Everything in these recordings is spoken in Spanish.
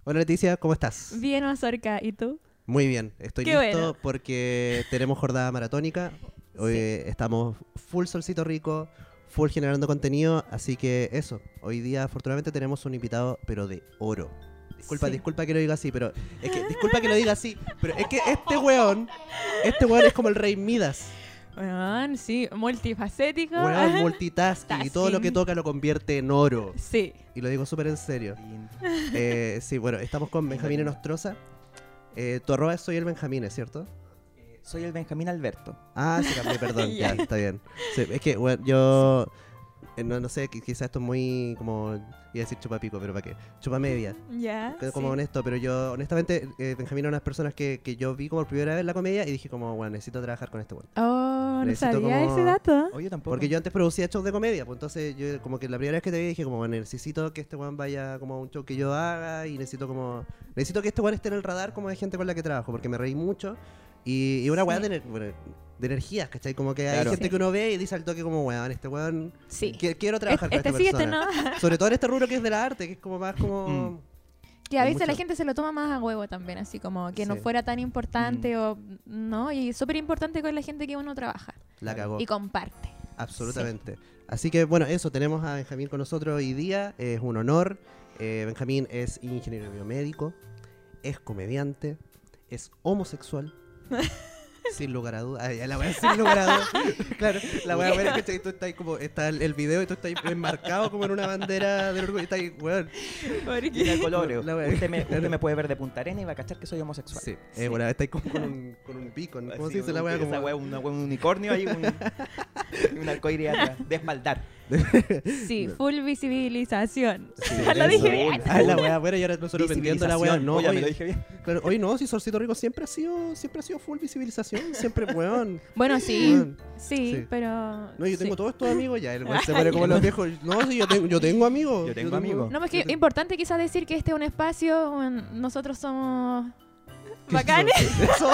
Hola Leticia, ¿cómo estás? Bien, Mazorca, ¿y tú? Muy bien, estoy Qué listo bueno. porque tenemos jornada maratónica. Hoy estamos full Solcito Rico, full generando contenido, así que eso. Hoy día afortunadamente tenemos un invitado, pero de oro. Disculpa que lo diga así, pero es que disculpa que lo diga así, pero es que este weón es como el rey Midas. Weón, sí, multifacético. Weón, multitasking y todo lo que Tasking. toca lo convierte en oro. Sí. Y lo digo súper en serio. Sí, bueno, estamos con Benjamín Enostroza. Tu arroba es Soy el Benjamín, ¿es cierto? Soy el Benjamín Alberto. Ah, sí, cambié, perdón, ya, Ya. está bien. Sí, es que, bueno, yo no sé, quizás esto es muy como, iba a decir chupapico, pero ¿para qué? Chupamedia. Ya. Quedo como sí. honesto, pero yo, honestamente, Benjamín era una de las personas que yo vi como por primera vez la comedia y dije como, bueno, necesito trabajar con este weón. Oh, no Necesito sabía como- ese dato. Oye, tampoco. Porque yo antes producía shows de comedia, pues entonces yo como que la primera vez que te vi dije como, bueno, necesito que este weón vaya como a un show que yo haga y necesito que este weón esté en el radar como de gente con la que trabajo, porque me reí mucho y una weá Sí. de energías, ¿cachai? Como que hay Claro. gente Sí. que uno ve y dice al toque como, weón, este weón, Sí. quiero trabajar con esta sí, persona. no. Sobre todo en este rubro que es de la arte, que es como más como... Que a Hay veces la mucho. gente se lo toma más a huevo también, así como que no Sí. fuera tan importante o no, y es súper importante con la gente que uno trabaja La cagó. y comparte. Absolutamente. Así que bueno, eso, tenemos a Benjamín con nosotros hoy día, es un honor. Benjamín es ingeniero biomédico, es comediante, es homosexual. Sin lugar a dudas. La wea sin lugar a dudas. Claro, la wea buena es que tú estás ahí como, está el video y tú estás ahí enmarcado como en una bandera del orgullo y estás ahí, weón. Y de colores. La wea- Usted me puede ver de Punta Arena y va a cachar que soy homosexual. Sí, bueno, está ahí como con un pico, ¿no? ¿Cómo se dice la wea? Esa Como... wea, un unicornio ahí, un arcoíris atrás, de espaldar. Sí, full visibilización. Sí, Lo eso. dije bien. Ah, la wea buena y ahora nosotros vendiendo la wea. Visibilización. No, Oye, me oye, lo dije bien. claro, hoy no, si Solcito Rico siempre ha sido full visibilización, siempre, weón. Bueno, sí, Weón. sí, Sí. pero... No, yo tengo sí. todos estos amigos ya, el weón se pone como los viejos. No, sí, yo tengo amigos. Yo tengo amigos. No, pues que importante quizás decir que este es un espacio, bueno, nosotros somos ¿Qué bacanes. Eso.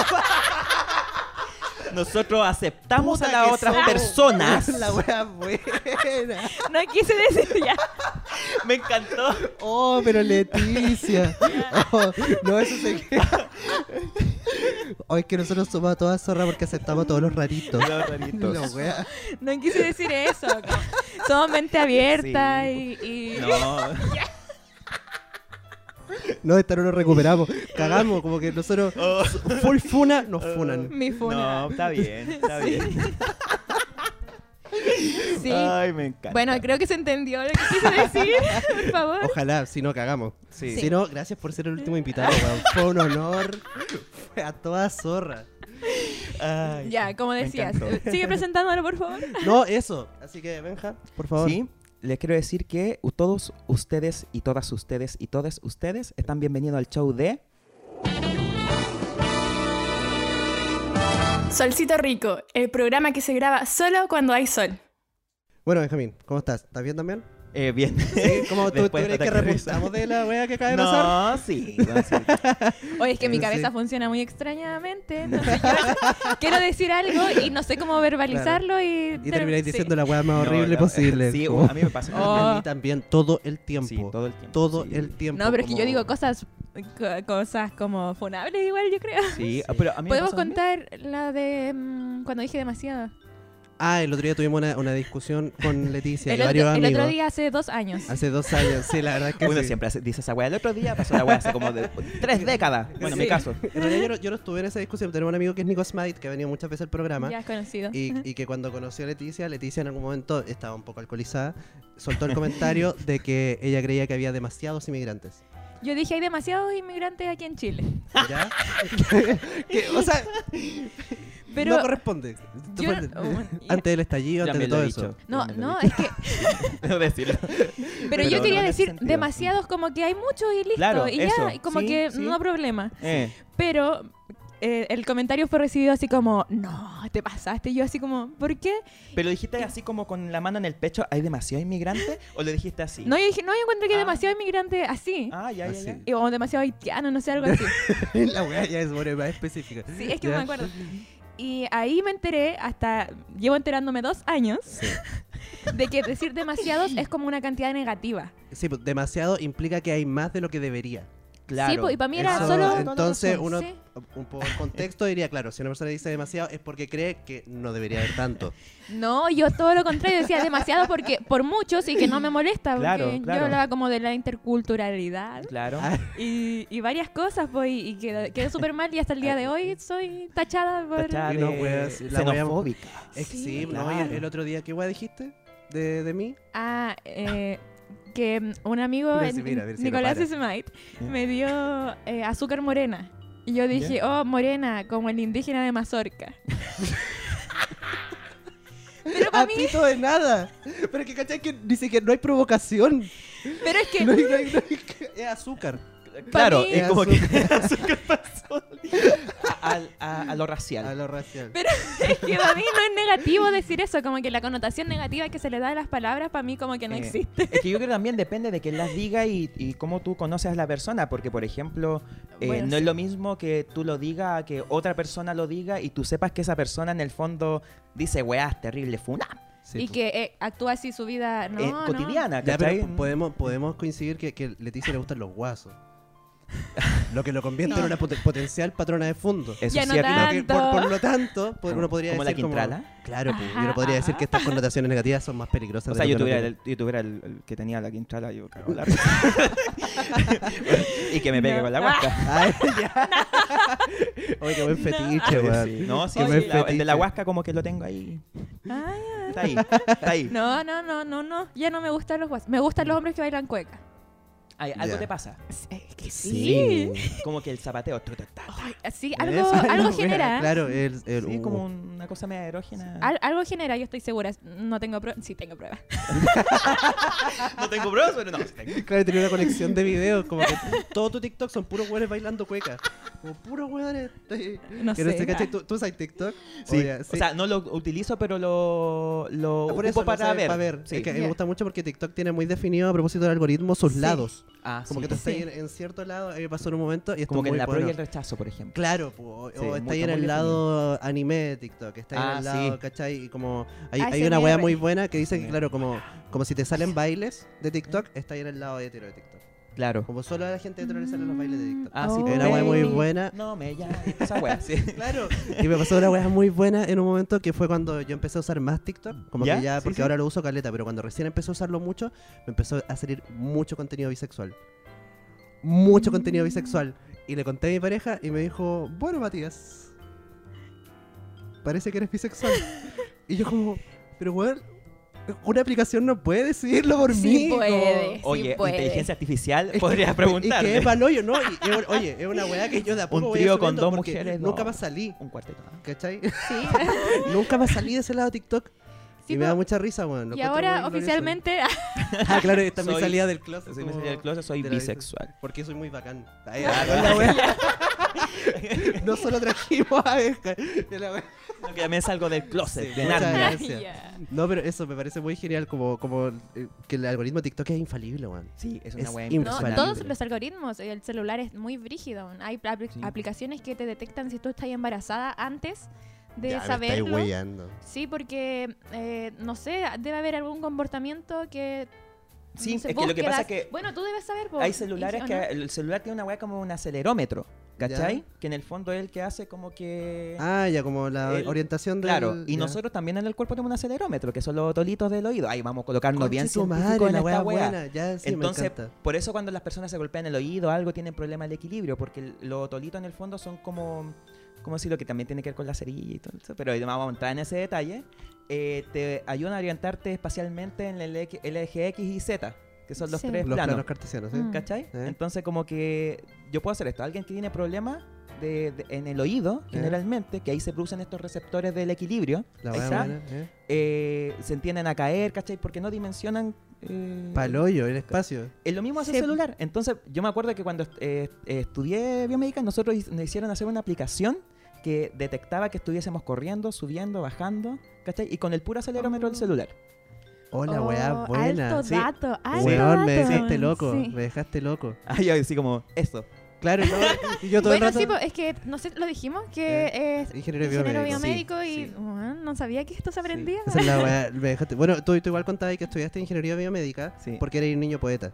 Nosotros aceptamos Puta a las que otras somos. personas. La wea buena. No quise decir ya. Me encantó. Oh, pero Leticia. Oh, no, eso se queda. Oh, es que nosotros somos a todas zorras porque aceptamos a todos los raritos. Los raritos. La wea. No quise decir eso. Somos mente abierta y... No. No, esta no lo recuperamos. Cagamos, como que nosotros Oh. full funa, nos funan. Mi funa. No, está bien, está bien. Sí. Ay, me encanta. Bueno, creo que se entendió lo que quise decir. Por favor. Ojalá, si no, cagamos. Sí. Si no, gracias por ser el último invitado, weón. Fue un honor. Fue a toda zorra. Ay, Ya, como me decías. encantó. Sigue presentándolo, por favor. No, eso. Así que, Benja, por favor. Sí, les quiero decir que todos ustedes y todas ustedes y todos ustedes están bienvenidos al show de... Solcito Rico, el programa que se graba solo cuando hay sol. Bueno, Benjamín, ¿cómo estás? ¿Estás bien también? Bien. Sí, ¿cómo tú Después crees de que ataque de repuntamos de la wea que acaba de pasar? No, sí. No, sí. Oye, es que mi Sí. cabeza funciona muy extrañamente. Entonces quiero decir algo y no sé cómo verbalizarlo y... Y termináis sí. diciendo la wea más No, horrible no, posible. Sí, Como- a mí me pasa. Oh. A mí también, todo el tiempo. Sí, todo el tiempo. Todo sí. el tiempo. No, pero es que yo como- digo cosas como funables igual, yo creo. Sí, pero a mí me ¿Podemos pasa también. contar la de cuando dije demasiado? Ah, el otro día tuvimos una discusión con Leticia y El varios otro amigos. día, hace 2 años. Hace 2 años, sí, la verdad es que Uno sí. siempre dice esa weá. El otro día pasó la weá hace como de 3 décadas. Bueno, en mi Sí. caso. En realidad yo no estuve en esa discusión. Tenemos un amigo que es Nico Smite, que ha venido muchas veces al programa. Ya es conocido. Y que cuando conoció a Leticia en algún momento estaba un poco alcoholizada, soltó el comentario de que ella creía que había demasiados inmigrantes. Yo dije, hay demasiados inmigrantes aquí en Chile. ¿Ya? O sea, Pero no corresponde. yo no- bueno, ya. Antes del estallido, Ya antes de me lo todo he eso. dicho. No, Ya me lo he no, dicho. es que... Debo decirlo. Pero yo no quería en ese decir sentido. demasiados como que hay muchos y listo. Claro, y eso. ya, y como Sí, que sí. no hay problema. Eh, Pero el comentario fue recibido así como, no, te pasaste. Y yo así como, ¿por qué? pero dijiste así como con la mano en el pecho, ¿hay demasiado inmigrante? ¿O lo dijiste así? No, yo dije, no, yo encuentro que hay Ah. demasiado inmigrante así. Ah, ya, ya, Así. ya. Y como demasiado haitiano, no sé, algo así. La weá ya es más específica. Sí, es que Ya. me acuerdo. Y ahí me enteré, llevo enterándome 2 años, Sí. de que decir demasiados es como una cantidad negativa. Sí, pues demasiado implica que hay más de lo que debería. Claro. Sí, pues, y para mí era Eso, solo... entonces uno, Sí. un poco de contexto diría, claro, si una persona dice demasiado es porque cree que no debería haber tanto. No, yo todo lo contrario, decía demasiado porque por muchos y que no me molesta, porque Claro, claro. yo hablaba como de la interculturalidad Claro. Ah, y varias cosas, pues, y quedé súper mal y hasta el día de hoy soy tachada por... Tachada Y no, de pues, la wea- xenofóbica. es que Sí, sí, no, claro. y el otro día, ¿qué weá dijiste de mí? Ah, que un amigo, A ver si mira, a ver si no Nicolás para. Smite, Ya. me dio azúcar morena. Y yo dije, oh, morena, como el indígena de Mazorca. Pero para A mí, pito de nada. Pero es que cachai que ni siquiera no hay provocación. pero es que No hay- es azúcar. Claro, mí- es como que azúcar. azúcar pasó a lo racial. A lo racial. Pero es que para mí no es negativo decir eso, como que la connotación negativa que se le da a las palabras, para mí como que no existe. Es que yo creo que también depende de quién las diga y cómo tú conoces a la persona, porque por ejemplo, Bueno, no sí. es lo mismo que tú lo digas, que otra persona lo diga y tú sepas que esa persona en el fondo dice, weá, terrible, funa. Sí, Y po. que actúa así su vida, no, cotidiana, Ya, ¿cachai? pero podemos coincidir que Leticia le gustan los guasos. Lo que lo convierte en una potencial patrona de fondo. Eso Ya es no cierto. tanto. Lo que, por lo tanto, uno podría ¿Como la decir Quintrala? Claro, pues, Ajá, uno podría decir ajá. que estas connotaciones negativas son más peligrosas. O de sea, lo yo que tuviera, uno yo tuviera el que tenía la quintrala, yo cago la risa. Y que me pegue No. con la huasca. cree. Ay, ya. Oye, qué buen fetiche, weón. Sí. No, sí, Qué sí, buen el de fetiche. la huasca como que lo tengo ahí. Ah, ya. Está ahí, está ahí. No, ya no me gustan los guasos. Me gustan los hombres que bailan cueca. Ay, algo Ya. te pasa. Es que Sí. Como que el zapateo. Sí, Eso, algo la genera. wea, Claro, Sí, como una cosa media erógena. Algo genera, yo estoy segura. No tengo pruebas. Sí, tengo pruebas. No tengo pruebas, pero no. Claro, tenía una colección de videos, como que todo tu TikTok son puros hueones bailando cueca. Como puros hueones. No Que no sé. sé, ¿cachai? ¿Tú usas TikTok? Sí. Oye, O sea, no lo utilizo, pero lo por ocupo eso, para ver. Para ver. Sí. Es que a mí Ya. me gusta mucho porque TikTok tiene muy definido a propósito del algoritmo sus Sí. lados. Ah, Como sí. que tú estás Sí. en cierto lado, a mí me pasó en un momento y esto Como es que en muy la bueno. prueba y el rechazo, por ejemplo. Claro, o Sí, está ahí muy en el definido. lado anime de TikTok, está ahí en Ah, el lado, sí. ¿cachai? Y como hay ASMR. una wea muy buena que dice que, Sí. claro, como si te salen bailes de TikTok, está ahí en el lado hetero de TikTok. Claro. Como solo a la gente hetero le salen los bailes de TikTok. Ah, sí, Oh. Es una wea muy buena. No, ya. Esa wea, sí. Claro. Y me pasó una wea muy buena en un momento que fue cuando yo empecé a usar más TikTok. Como ¿Ya? que ya, Sí, porque sí. ahora lo uso caleta, pero cuando recién empecé a usarlo mucho, me empezó a salir mucho contenido bisexual. Mucho contenido bisexual. Y le conté a mi pareja y me dijo, bueno, Matías, parece que eres bisexual. Y yo como, pero weón, una aplicación no puede decidirlo por Sí mí. puede. como- Oye, puede. inteligencia artificial, Es podría que- preguntar. Y que es paloyo, ¿no? Oye, es una weá que yo de a poco Un voy trío con asumiendo dos porque mujeres, nunca no. más salí, Un cuarteto. ¿no? ¿cachai? Sí. Nunca más salí de ese lado de TikTok. Sí, y me da po. mucha risa, weón. lo Y encuentro ahora muy glorioso. oficialmente Ah, claro, esta es mi Soy- salida del closet. Soy como del closet, soy de la bisexual. Porque soy muy bacán. Ay, Claro. la wea. No solo trajimos a Vesca. la wea. No, que también salgo del closet, Sí, de muchas Narnia. gracias. Ya. No, pero eso me parece muy genial. Como que el algoritmo de TikTok es infalible, weón. Sí, es una Es wea No, impresionante. todos los algoritmos, el celular es muy brígido. Hay Sí. aplicaciones que te detectan si tú estás embarazada antes de Ya, me estáis saberlo. weyando. Sí, porque, no sé, debe haber algún comportamiento que... Sí, no sé, es que lo que pasa búsquedas. es que Bueno, tú debes saber. po. hay celulares ¿o que no? el celular tiene una wea como un acelerómetro, ¿cachai? Ya. Que en el fondo es el que hace como que... Ah, ya, como la El- orientación del... Claro, y ya. nosotros también en el cuerpo tenemos un acelerómetro, que son los tolitos del oído. Ahí vamos a colocarnos Conche bien tu científicos madre, en la esta wea wea. buena. Ya, sí, Entonces, me encanta. por eso cuando las personas se golpean el oído o algo, tienen problemas de equilibrio, porque los otolitos en el fondo son como decirlo, que también tiene que ver con la cerilla y todo eso, pero vamos a entrar en ese detalle. Te ayudan a orientarte espacialmente en el eje X y Z, que son los Sí. tres Los planos. planos cartesianos, ¿sí? Mm. ¿Cachai? ¿Eh? Entonces, como que yo puedo hacer esto. Alguien que tiene problemas en el oído, generalmente, que ahí se producen estos receptores del equilibrio, La ahí wea está, buena, se entienden a caer, ¿cachai? Porque no dimensionan... Paloyo, el espacio. Es lo mismo hace Sí. el celular. Entonces, yo me acuerdo que cuando estudié biomédica, nosotros nos hicieron hacer una aplicación que detectaba que estuviésemos corriendo, subiendo, bajando, ¿cachai? Y con el puro acelerómetro del celular. Hola, Oh, weá, buena. Alto Sí. dato, alto Weón, me dato. dejaste loco, Sí. me dejaste loco. Ah, yo así como, esto. Claro, no, y yo todo Bueno, el rato... sí, pues, es que, no sé, lo dijimos, que es Ingeniero ingeniero biomédico. biomédico y sí. bueno, no sabía que esto se aprendía. Esa es la weá, me dejaste... Bueno, tú igual contabas que estudiaste ingeniería biomédica Sí. porque eres un niño poeta.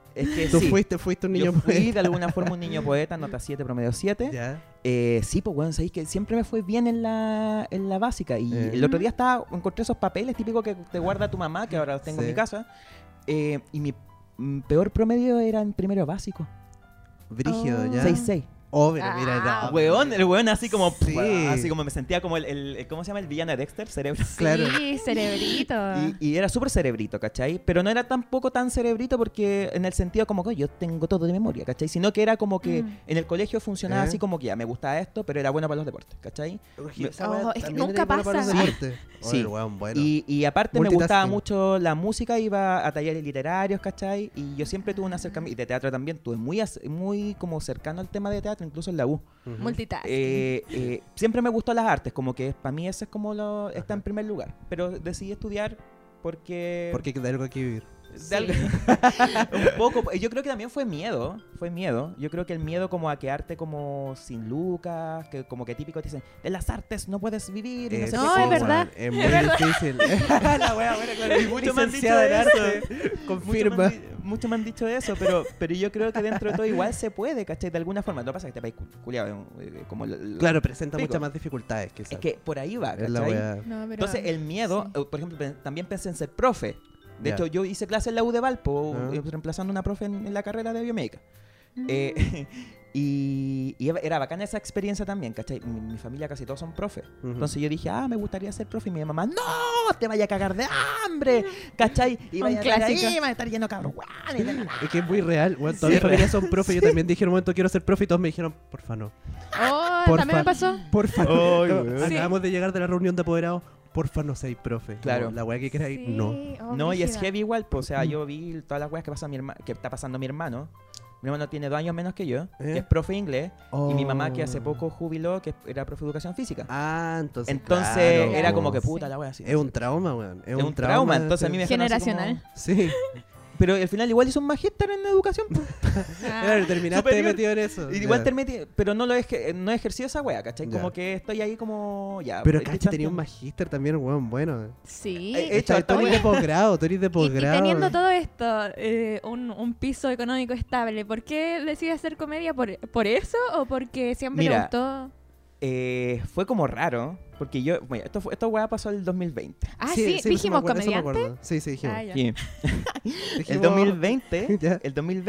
Es que Tú sí. fuiste un niño Yo fui poeta. de alguna forma un niño poeta, nota 7, promedio 7. Ya. Sí, pues bueno, sabéis que siempre me fue bien en la básica. Y el otro día encontré esos papeles típicos que te guarda tu mamá, que ahora los tengo en Sí. mi casa. Y mi peor promedio era en primero básico. Brígido, Oh. ya. 6-6. Oh, pero mira, Ah, no. El weón así como... Sí. Así como me sentía como ¿cómo se llama? El villano de Dexter, cerebro. Claro. Sí, cerebrito. Y era súper cerebrito, ¿cachai? Pero no era tampoco tan cerebrito porque en el sentido como que yo tengo todo de memoria, ¿cachai? Sino que era como que en el colegio funcionaba así como que ya me gustaba esto, pero era bueno para los deportes, ¿cachai? Esa Oh, weá es que también nunca era buena para los pasa. deportes. Oh, Sí. el weón bueno. Y aparte me gustaba Multitasking. mucho la música, iba a talleres literarios, ¿cachai? Y yo siempre tuve un acercamiento, y de teatro también, tuve muy como cercano al tema de teatro, incluso en la U. Ujú. Multitasking. Siempre me gustó las artes, como que para mí ese es como está en primer lugar. Pero decidí estudiar porque... Porque de algo hay que vivir. de algo- un poco, yo creo que también fue miedo. Yo creo que el miedo como a quedarte como sin lucas, que como que típico te dicen, de las artes no puedes vivir. Y no sé No, qué es cosa. verdad. Es muy difícil. La wea, bueno, claro. Y muchos me han dicho Licenciada en eso. arte. Confirma. Muchos me han dicho eso, pero yo creo que dentro de todo igual se puede, ¿cachai? De alguna forma. Lo que pasa es que este país culiado como Claro, presenta Pico. muchas más dificultades, quizás. es que por ahí va, Es la ¿cachai? weá. No, pero- Entonces el miedo, sí. por ejemplo, también pensé en ser profe. De Ya. hecho, yo hice clase en la U de Valpo, Ah. reemplazando a una profe en la carrera de biomédica. Mm. Y era bacana esa experiencia también, ¿cachai? Mi familia casi todos son profes. Ujú. Entonces yo dije, me gustaría ser profe. Y mi mamá, ¡no! Te vaya a cagar de hambre, ¿cachai? Y Un vaya a estar clásico. ahí, va a estar lleno de cabros guanes. Es que es muy real. Bueno, Sí, todas mis es familias real. son profe. Yo también dije en un momento quiero ser profe y todos me dijeron, porfa no. Oh, Porfa. también me pasó. Porfa Ay, no. weón. Acabamos de llegar de la reunión de apoderados. Porfa no seáis profe. Claro. Como la weá que queráis, no. oh, No, y es brígida. heavy igual, pues, o sea, yo vi todas las weas que que está pasando mi hermano. Mi hermano tiene 2 años menos que yo, que es profe de inglés, y mi mamá que hace poco jubiló, que era profe de educación física. Ah, entonces. Entonces claro, era po. como que puta Sí. la wea así. Es un trauma, weón. Es un trauma, entonces a mí me dejaron así Generacional. Sí. Pero al final igual hizo un magíster en educación. pues. Ah, Claro, terminaste superior. metido en eso. Y igual Ya. pero no no he ejercido esa wea, ¿cachai? Ya. Como que estoy ahí como ya. Pero estoy cacha, tenía un tanto- magíster también, weón, bueno. Sí. Hecho Tú harto eres de wea. posgrado, tú eres de Y posgrado. teniendo todo esto, un piso económico estable, ¿por qué decides hacer comedia? ¿Por eso o porque siempre le Mira, gustó? Fue como raro, porque bueno, esto wea pasó el 2020. Ah, sí, eso dijimos me comediante. acuerdo. Sí, dijimos. Ah, ya. Sí. Dijimos- El 2020, Ya.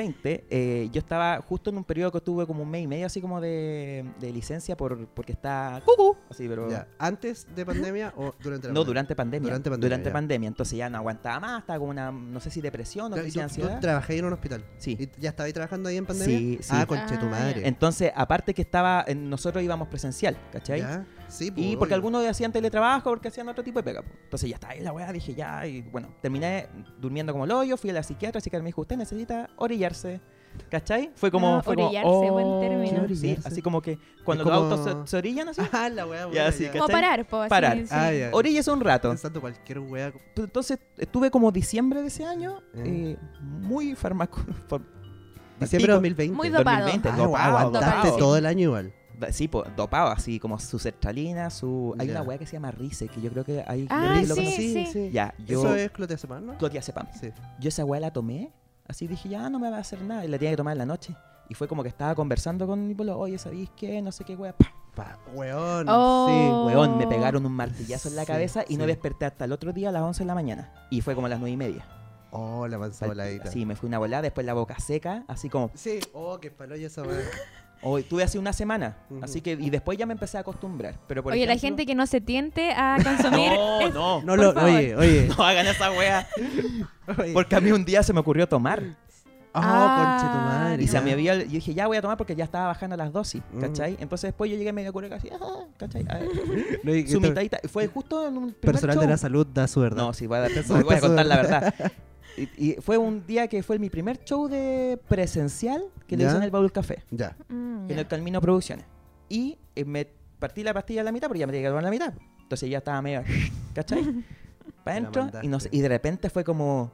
yo estaba justo en un periodo que tuve como un mes y medio así como de licencia porque está así, pero Ya. ¿Antes de pandemia o durante la no, pandemia? durante pandemia. Durante pandemia, ya. Entonces ya no aguantaba más, estaba como una, no sé si depresión o Claro, crisis ¿y de tú ansiedad. trabajé en un hospital? Sí. ¿Y ya estabas trabajando ahí en pandemia? Sí, sí. Ah, conche tu Ah, madre. Entonces, aparte que nosotros íbamos presencial, ¿cachai? ¿Ya? Sí, Y pues, porque obvio. algunos hacían teletrabajo, porque hacían otro tipo de pega. Entonces ya está ahí la weá, dije ya, y bueno, terminé durmiendo como el hoyo, fui a la psiquiatra me dijo, usted necesita orillarse. ¿Cachai? Fue como... Ah, fue como, orillarse, buen término. ¿Qué Sí, orillarse? así como que cuando Es los como- autos se orillan así, Ah, la weá, Ya, buena, sí, ya. Como ¿cachai? parar, po, así, Parar. sí. Ah, ya. oríllese un rato. Pensando cualquier weá. Entonces estuve como diciembre de ese año, muy Diciembre de pico. 2020. Muy dopado. 2020, Ah, dopado, aguantaste dopado. todo el año igual. Sí, dopado, así como su sertralina, hay Ya. una weá que se llama Rice, que yo creo que hay... Ah, ¿lo sí, conocí? sí. Ya, yo... Eso es clonazepam, ¿no? Clonazepam. Sí. Yo esa weá la tomé, así dije, ya no me va a hacer nada, y la tenía que tomar en la noche. Y fue como que estaba conversando con mi polo, oye, ¿sabéis qué? No sé qué weá. ¡Pah! Weón. Oh. Weón, me pegaron un martillazo en la Sí, cabeza y no sí. desperté hasta el otro día a las 11 de la mañana. Y fue como a las 9:30. Sí. Oh, la mansa voladita. Sí, me fui una volada, después la boca seca, así como... Sí. Oh, qué paloya esa weá. Hoy tuve así una semana, Ujú. así que... Y después ya me empecé a acostumbrar. Pero por Oye, la ejemplo- gente que no se tiente a consumir. No, No Por lo. favor. Oye. no hagan esa weá. Oye. Porque a mí un día se me ocurrió tomar. Oh, Ah, conche tu madre. Y se ya. me había... Yo dije, ya voy a tomar porque ya estaba bajando las dosis, Ujú. ¿cachai? Entonces después yo llegué medio curioso así, ¿cachai? A ver, No, y que su esto- mitadita. Fue justo en un primer Personal show. de la salud da su verdad. No, sí, voy a, Eso voy a está contar la súper. verdad. Y fue un día que fue mi primer show de presencial que le ¿Ya? hice en el Baúl Café, Ya. Mm, en ya. el Camino Producciones. Y me partí la pastilla a la mitad, porque ya me tenía que tomar la mitad. Entonces ya estaba medio, ¿cachai? Para La adentro. mandaste. Y, no sé, y de repente fue como,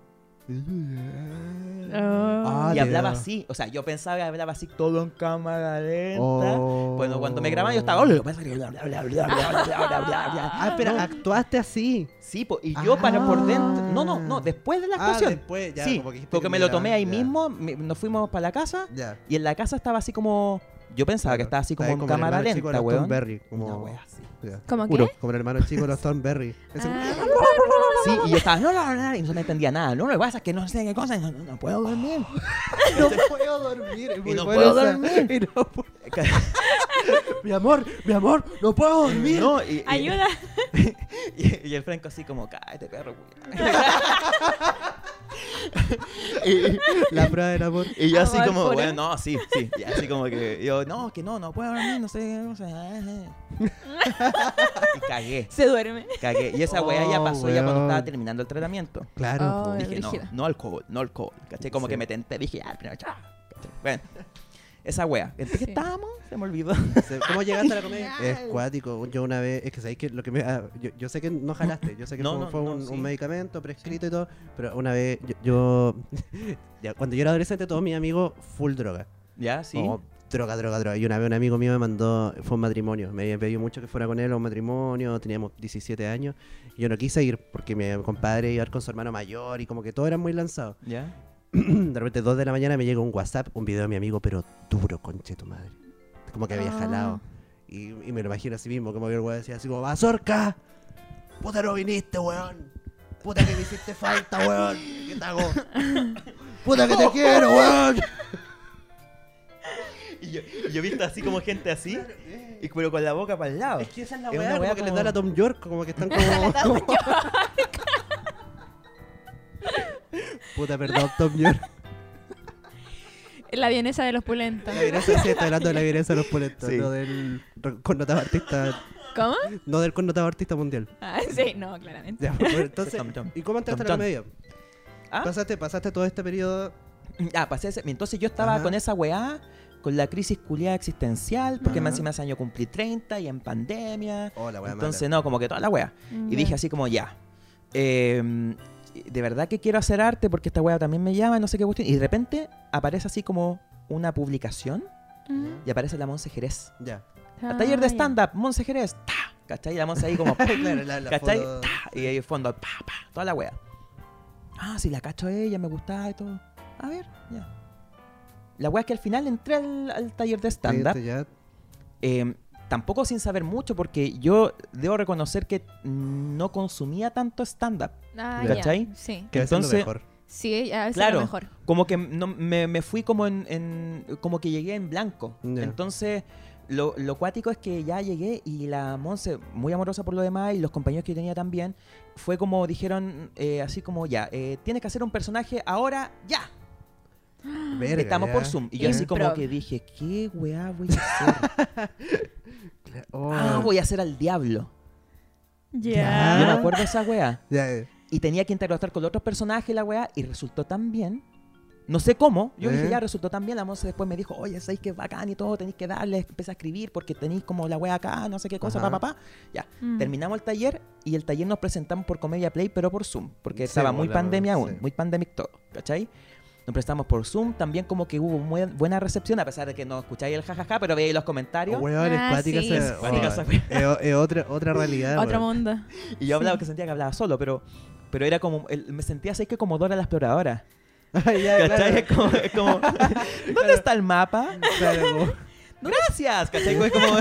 Oh. Y te hablaba da. así. O sea, yo pensaba que hablaba así todo en cámara lenta. Oh. Bueno, cuando me grababan yo estaba... Ah, espera, actuaste así. Sí, y yo para por dentro... Ah. No, después de la actuación. Después, ya, sí, como que dijiste porque que me lo tomé ahí ya. mismo, nos fuimos para la casa Ya. y en la casa estaba así como... Yo pensaba que estaba así como Ahí en el cámara hermano chico de lenta, los weón. Thornberry, como... Una wea así. Ya. ¿Cómo Juro, qué? como el hermano chico de los Thornberry. Ese- Sí, y yo estaba, no, y no me entendía nada. No, lo que pasa es que no sé qué cosa, no puedo dormir. No puedo dormir. es muy no buena puedo esa. dormir. Y no puedo- mi amor, no puedo dormir. No, Ayuda. Y el Franco así como, cállate, perro. y, La prueba del amor. y yo así Amor como, puro. bueno, no, sí. Y así como que yo, no puedo dormir, no sé qué cosa. Y Se duerme. cagué. Y esa weá ya Oh, pasó ya cuando weón. estaba terminando el tratamiento. Claro. Oh, po. el- Dije, brígido. no alcohol. ¿Cachai? Como Sí. que me tenté, dije, primero, chao. ¿Cachai? Bueno, esa wea. ¿En qué Sí. estábamos? Se me olvidó. ¿Cómo llegaste a la comedia? Es cuático. Yo una vez, es que sabéis que lo que me. Yo sé que no jalaste, yo sé que No, fue no, un, sí. un medicamento prescrito y todo, pero una vez yo ya, cuando yo era adolescente, todos mis amigos full droga. ¿Ya? Sí. Como droga. Y una vez un amigo mío me mandó, fue un matrimonio, me había pedido mucho que fuera con él a un matrimonio, teníamos 17 años, y yo no quise ir porque mi compadre iba a ir con su hermano mayor y como que todos eran muy lanzados. ¿Ya? De repente 2 de la mañana me llega un WhatsApp, un video de mi amigo, pero duro, conche tu madre. Como que había Ah. jalado. Y me lo imagino así mismo, como que el weón decía así como, ¡Mazorca! ¡Puta no viniste, weón! ¡Puta que me hiciste falta, weón! ¿Qué te hago? ¡Puta que te quiero, weón! Y yo he visto así como gente así, pero con la boca para el lado. Es que esa es la Es weá, una como weá que les como- da la Tom York, como que están como... Puta, perdón, Tom York. La vienesa de los pulentos. La violencia, sí, está hablando de la violencia de los pulentos, Sí. no del connotado artista, ¿Cómo? no del connotado artista mundial. Ah, sí, no, claramente. Ya, bueno, entonces, Tom Tom. ¿y cómo entraste a la Tom Tom. comedia? ¿Ah? Pasaste todo este periodo. Pasé ese. Entonces yo estaba Ajá. con esa weá, con la crisis culiada existencial, porque Ajá. más encima ese año cumplí 30 y en pandemia. Oh, la weá Entonces, no, como que toda la weá. Y dije así como, ya. De verdad que quiero hacer arte porque esta weá también me llama, no sé qué cuestión. Y de repente aparece así como una publicación y aparece la Monse Jerez. Ya. Taller de stand-up, Monse Jerez. ¡Ta! ¿Cachai? Y la Monse ahí como... Claro, la ¿Cachai? foto- ¡Ta! Y ahí el fondo, toda la wea. Ah, sí, la cacho a ella, me gustaba y todo. A ver, ya. La wea es que al final entré al taller de stand-up. Sí, ya. Tampoco sin saber mucho, porque yo debo reconocer que no consumía tanto stand-up. Ah, ¿Cachai? ya, sí. Que eso es lo Entonces- mejor. Sí, a veces Claro. lo mejor. Como que no, me fui como como que llegué en blanco. Ya. Entonces, lo cuático es que ya llegué y la Monse, muy amorosa por lo demás, y los compañeros que yo tenía también, fue como dijeron, así como ya, tienes que hacer un personaje ahora, ya. Verga, Estamos ya. por Zoom. Y yo así como Improv. que dije, ¿qué weá voy a hacer? Oh, Voy a hacer al diablo. Ya. Yo me acuerdo de esa weá. ya, Y tenía que interactuar con los otros personajes la weá, y resultó tan bien. No sé cómo. Yo dije, ya, resultó tan bien. La Monse después me dijo, oye, ¿sabéis que es bacán y todo? Tenéis que darle. Empecé a escribir porque tenéis como la wea acá, no sé qué cosa, Ajá. Ya. Mm. Terminamos el taller y el taller nos presentamos por Comedia Play, pero por Zoom. Porque Sí, estaba muy la- pandemia aún, sí. muy pandemic todo, ¿cachai? Nos presentamos por Zoom. También como que hubo muy buena recepción, a pesar de que no escucháis el jajaja, pero veis los comentarios. Oh, weón, es Ah, cuática sí, esa- sí. oh, Cuática esa wea. es otra realidad. Otro weón. mundo. Y yo hablaba que sentía que hablaba solo, pero era como... me sentía así que como Dora la exploradora. Ah, ya, ¿Cachai? claro. Es como ¿dónde está el mapa? Claro, como- Gracias, ¿cachai? Es como,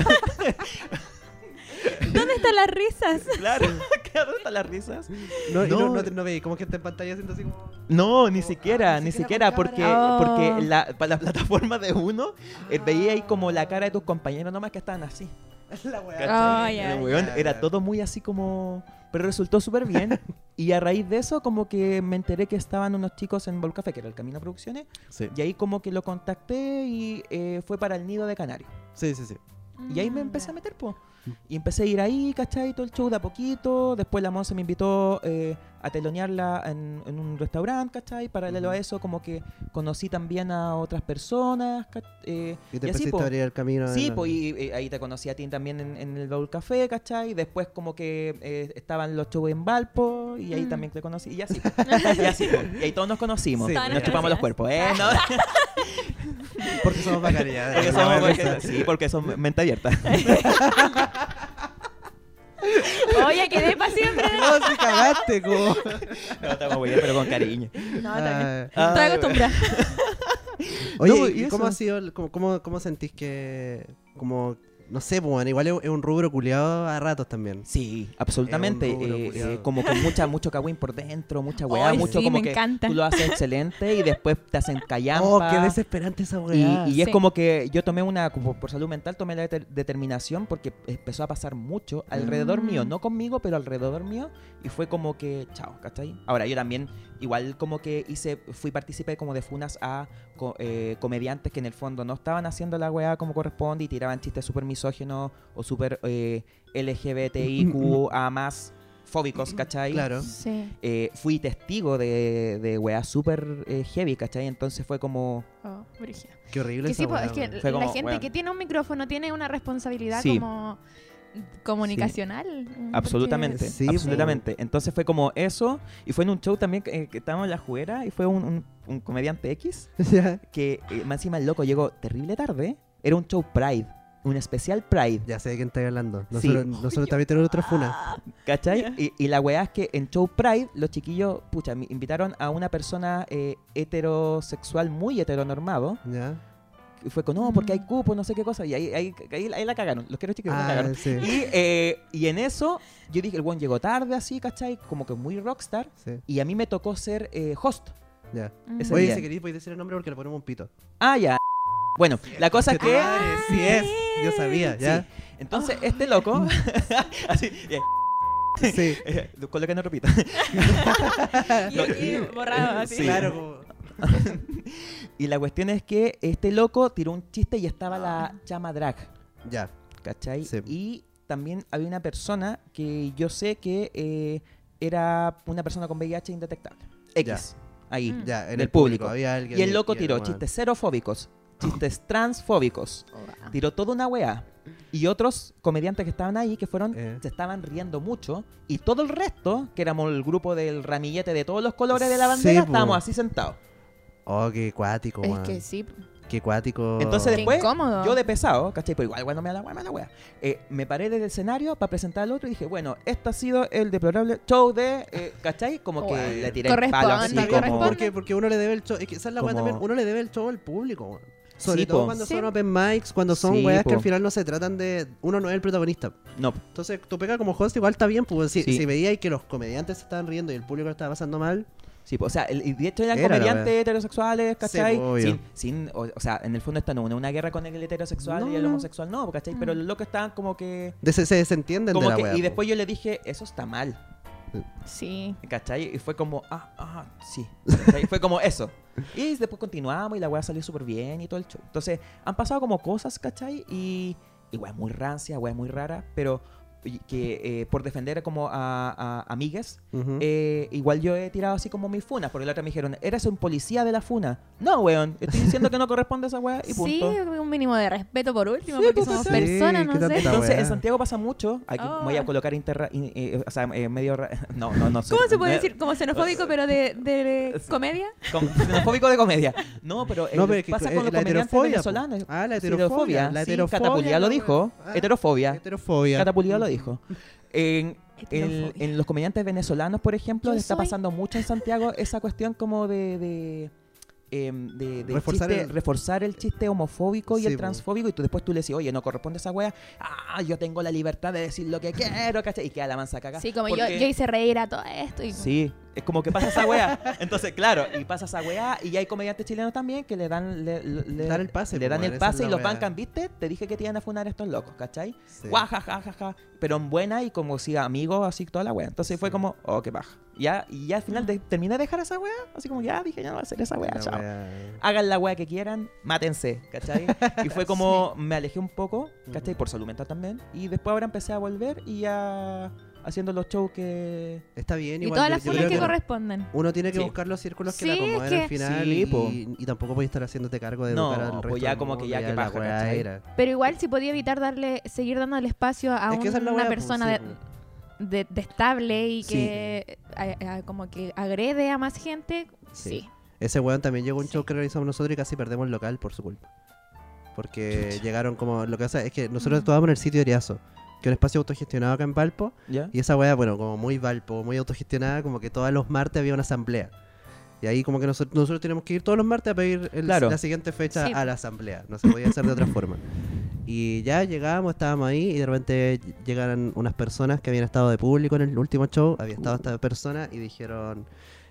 ¿Dónde están las risas? claro, ¿dónde están las risas? No, y No. no veis como gente en pantalla haciendo así como... No, ni Ah, siquiera, ni ni siquiera siquiera, con porque, cámara. porque Oh. para la plataforma de uno, veía ahí como la cara de tus compañeros nomás que estaban así. La weá. Ah, ¿cachai? ya, Pero, weón, ya, era ya. todo muy así como... Pero resultó súper bien. Y a raíz de eso, como que me enteré que estaban unos chicos en Volcafé, que era el Camino Producciones, Sí, y ahí como que lo contacté y fue para el Nido de Canario. sí. Y ahí me empecé a meter, po. Y empecé a ir ahí, ¿cachai? Todo el show de a poquito. Después la Monse me invitó a telonearla en un restaurante, ¿cachai? Paralelo a eso, como que conocí también a otras personas. Y te así, empezaste po. a abrir el camino. Sí, pues y ahí te conocí a ti también en el Baúl Café, ¿cachai? Después como que estaban los shows en Valpo y ahí también te conocí. Y así, y así, po. Y ahí todos nos conocimos. Sí, Nos chupamos los cuerpos, ¿eh? ¿No? Porque somos bacanes. Porque son mente abierta. Oye, quedé para siempre. No, si cagaste, como. No, estamos muy bien, pero con cariño. No, también. Ah, Estoy acostumbrada. Oye, No, ¿y y cómo eso. ha sido, cómo sentís que, como, no sé, pues, bueno, igual es un rubro culiado a ratos también? Sí, absolutamente. Es un rubro, culiao. Como con mucho cagüín por dentro, mucha weá, Ay, mucho sí, como me que encanta. tú lo haces excelente y después te hacen callampa. Oh, qué desesperante esa weá. Y es Sí. como que yo tomé como por salud mental, tomé la determinación porque empezó a pasar mucho alrededor mío, no conmigo, pero alrededor mío, y fue como que, chao, ¿cachai? Ahora, yo también, igual como que fui partícipe como de funas a comediantes que en el fondo no estaban haciendo la weá como corresponde y tiraban chistes súper misógenos o súper LGBTIQ a más fóbicos, ¿cachai? Claro. Sí. Fui testigo de weá súper heavy, ¿cachai? Entonces fue como... Oh, brígido. Qué horrible Que esa sí, pues, weá, es que weón. Fue la como, gente weón. que tiene un micrófono tiene una responsabilidad Sí. como comunicacional. Absolutamente, Sí, absolutamente. Entonces fue como eso, y fue en un show también que estábamos en La Juguera, y fue un comediante X, Ya. que más encima el loco llegó terrible tarde, era un show Pride, un especial Pride, Ya sé de quién estáis hablando. Sí. Nosotros también tenemos otra funa. ¿cachai? Y la weá es que en show Pride, los chiquillos, pucha, me invitaron a una persona heterosexual muy heteronormado, ¿Ya? y fue con, no, porque hay cupo, no sé qué cosa, y ahí la cagaron, los quiero chiquillos la cagaron. Sí. Y en eso, yo dije, el buen llegó tarde así, ¿cachai? Como que muy rockstar. Sí, Y a mí me tocó ser host. ya. Ese Oye, día. si queréis podéis decir el nombre porque le ponemos un pito. Ah, ya. Bueno, la cosa es que... Madre, sí es. Yo sabía, ¿ya? Sí. Entonces, este loco... así, Sí. con lo que no repito. Y borrado así. Sí. Claro, como... Y la cuestión es que este loco tiró un chiste y estaba la chama drag, Ya. ¿cachai? Sí. Y también había una persona que yo sé que era una persona con VIH indetectable. X. Ahí. Mm. Ya, en Del el público público. había alguien. Y el loco y tiró bueno. chistes xerofóbicos, chistes transfóbicos. Oh, Tiró toda una weá. Y otros comediantes que estaban ahí, que fueron, Eh. se estaban riendo mucho. Y todo el resto, que éramos el grupo del ramillete de todos los colores de la bandera, Sí, po. estábamos así sentados. Oh, qué cuático, Es weón. que sí. Qué cuático. Entonces Qué después, incómodo. yo de pesado, ¿cachai? Pero igual no me da la wea. Me paré desde el escenario para presentar al otro y dije, bueno, este ha sido el deplorable show de, ¿cachai? Como que Bueno, le tiré el palo así corresponde, como... corresponde. Porque uno le debe el show. Es que esa es la weá Como- también. Uno le debe el show al público, weón. Sobre Sí, todo po. cuando Sí. son open mics, cuando son Sí, weas que po. al final no se tratan de. Uno no es el protagonista. No, Entonces, tu pega como host igual está bien, pues si, Sí. si veíais que los comediantes se estaban riendo y el público lo estaba pasando mal. sí, o sea, y de hecho eran Era la comediantes wea. heterosexuales, ¿cachai? Sí, obvio. O sea, en el fondo esta no es una guerra con el heterosexual No, y el no. homosexual, no, ¿cachai? Pero los locos estaban como que... Se desentienden Como de la que wea. y po. después yo le dije, eso está mal, Sí. ¿cachai? Y fue como, sí. ¿Cachai? Fue como eso. Y después continuamos y la weá salió súper bien y todo el show. Entonces, han pasado como cosas, ¿cachai? Y weá es muy rancia, weá es muy rara, pero que por defender como a amigues, Ujú. igual yo he tirado así como mis funas, porque la otra me dijeron, eres un policía de la funa. No, weón, estoy diciendo que no corresponde a esa weá y Sí, punto. un mínimo de respeto por último, Sí, porque pues, somos sí, personas, no ¿qué sé. tanta Entonces, weá? en Santiago pasa mucho. Aquí Oh. voy a colocar o sea, medio... No. ¿Cómo se puede decir? Como xenofóbico, pero de comedia. Xenofóbico de comedia. No, pero, No, pero es que pasa la con los comediantes heterofobia, venezolanos. po. Ah, la Sí, heterofobia. La Sí, heterofobia. Catapuliá lo la dijo. wea. Ah, Heterofobia. Heterofobia. Catapuliá lo dijo. Heterofobia. En los comediantes venezolanos, por ejemplo, Yo le está soy- pasando mucho en Santiago esa cuestión como de Reforzar reforzar el chiste homofóbico y Sí, el po. transfóbico y después tú le decís, oye, no corresponde esa wea, yo tengo la libertad de decir lo que quiero, ¿cachai? Y queda la mansa cagada. Sí, como Porque- yo hice reír a todo esto. Y... Sí, Es como que pasa esa weá. Entonces, claro, y pasa esa weá. Y hay comediantes chilenos también que le dan Dan el pase, le pues, dan weón, el esa es pase la y los weá. bancan, ¿viste? Te dije que te iban a funar estos locos, ¿cachai? Sí. Guajajajaja. Pero en buena y como si amigos, así toda la weá. Entonces fue como, oh, qué paja. Y ya al final terminé de dejar esa weá. Así como, ya dije, ya no voy a hacer esa weá, La chao. weá. Hagan la weá que quieran, mátense, ¿cachai? Y fue como, me alejé un poco, ¿cachai? Por salud mental también. Y después ahora empecé a volver y ya haciendo los shows que... Está bien, Y igual. todas yo- las yo formas creo que que corresponden. uno tiene que Sí. buscar los círculos que Sí, le es acomoden que- al final Sí, po. y tampoco puedes estar haciéndote cargo de No, educar al pues resto ya del como que mundo, ya que la paja, weá ¿cachai? era. Pero igual si podía evitar seguir dándole espacio a Es que esa es la una weá, pues, persona sí, de estable y Sí. que como que agrede a más gente, Sí. sí. Ese weón también llegó a un Sí. show que realizamos nosotros y casi perdemos el local por su culpa. Porque llegaron como... Lo que pasa es que nosotros actuábamos en el sitio Eriazo, que es un espacio autogestionado acá en Valpo. ¿Ya? Y esa weá, bueno, como muy Valpo, muy autogestionada, como que todos los martes había una asamblea. Y ahí como que nosotros tenemos que ir todos los martes a pedir Claro. la siguiente fecha Sí. a la asamblea. No se podía hacer de otra forma. Y ya llegábamos, estábamos ahí y de repente llegaron unas personas que habían estado de público en el último show. Había estado esta persona y dijeron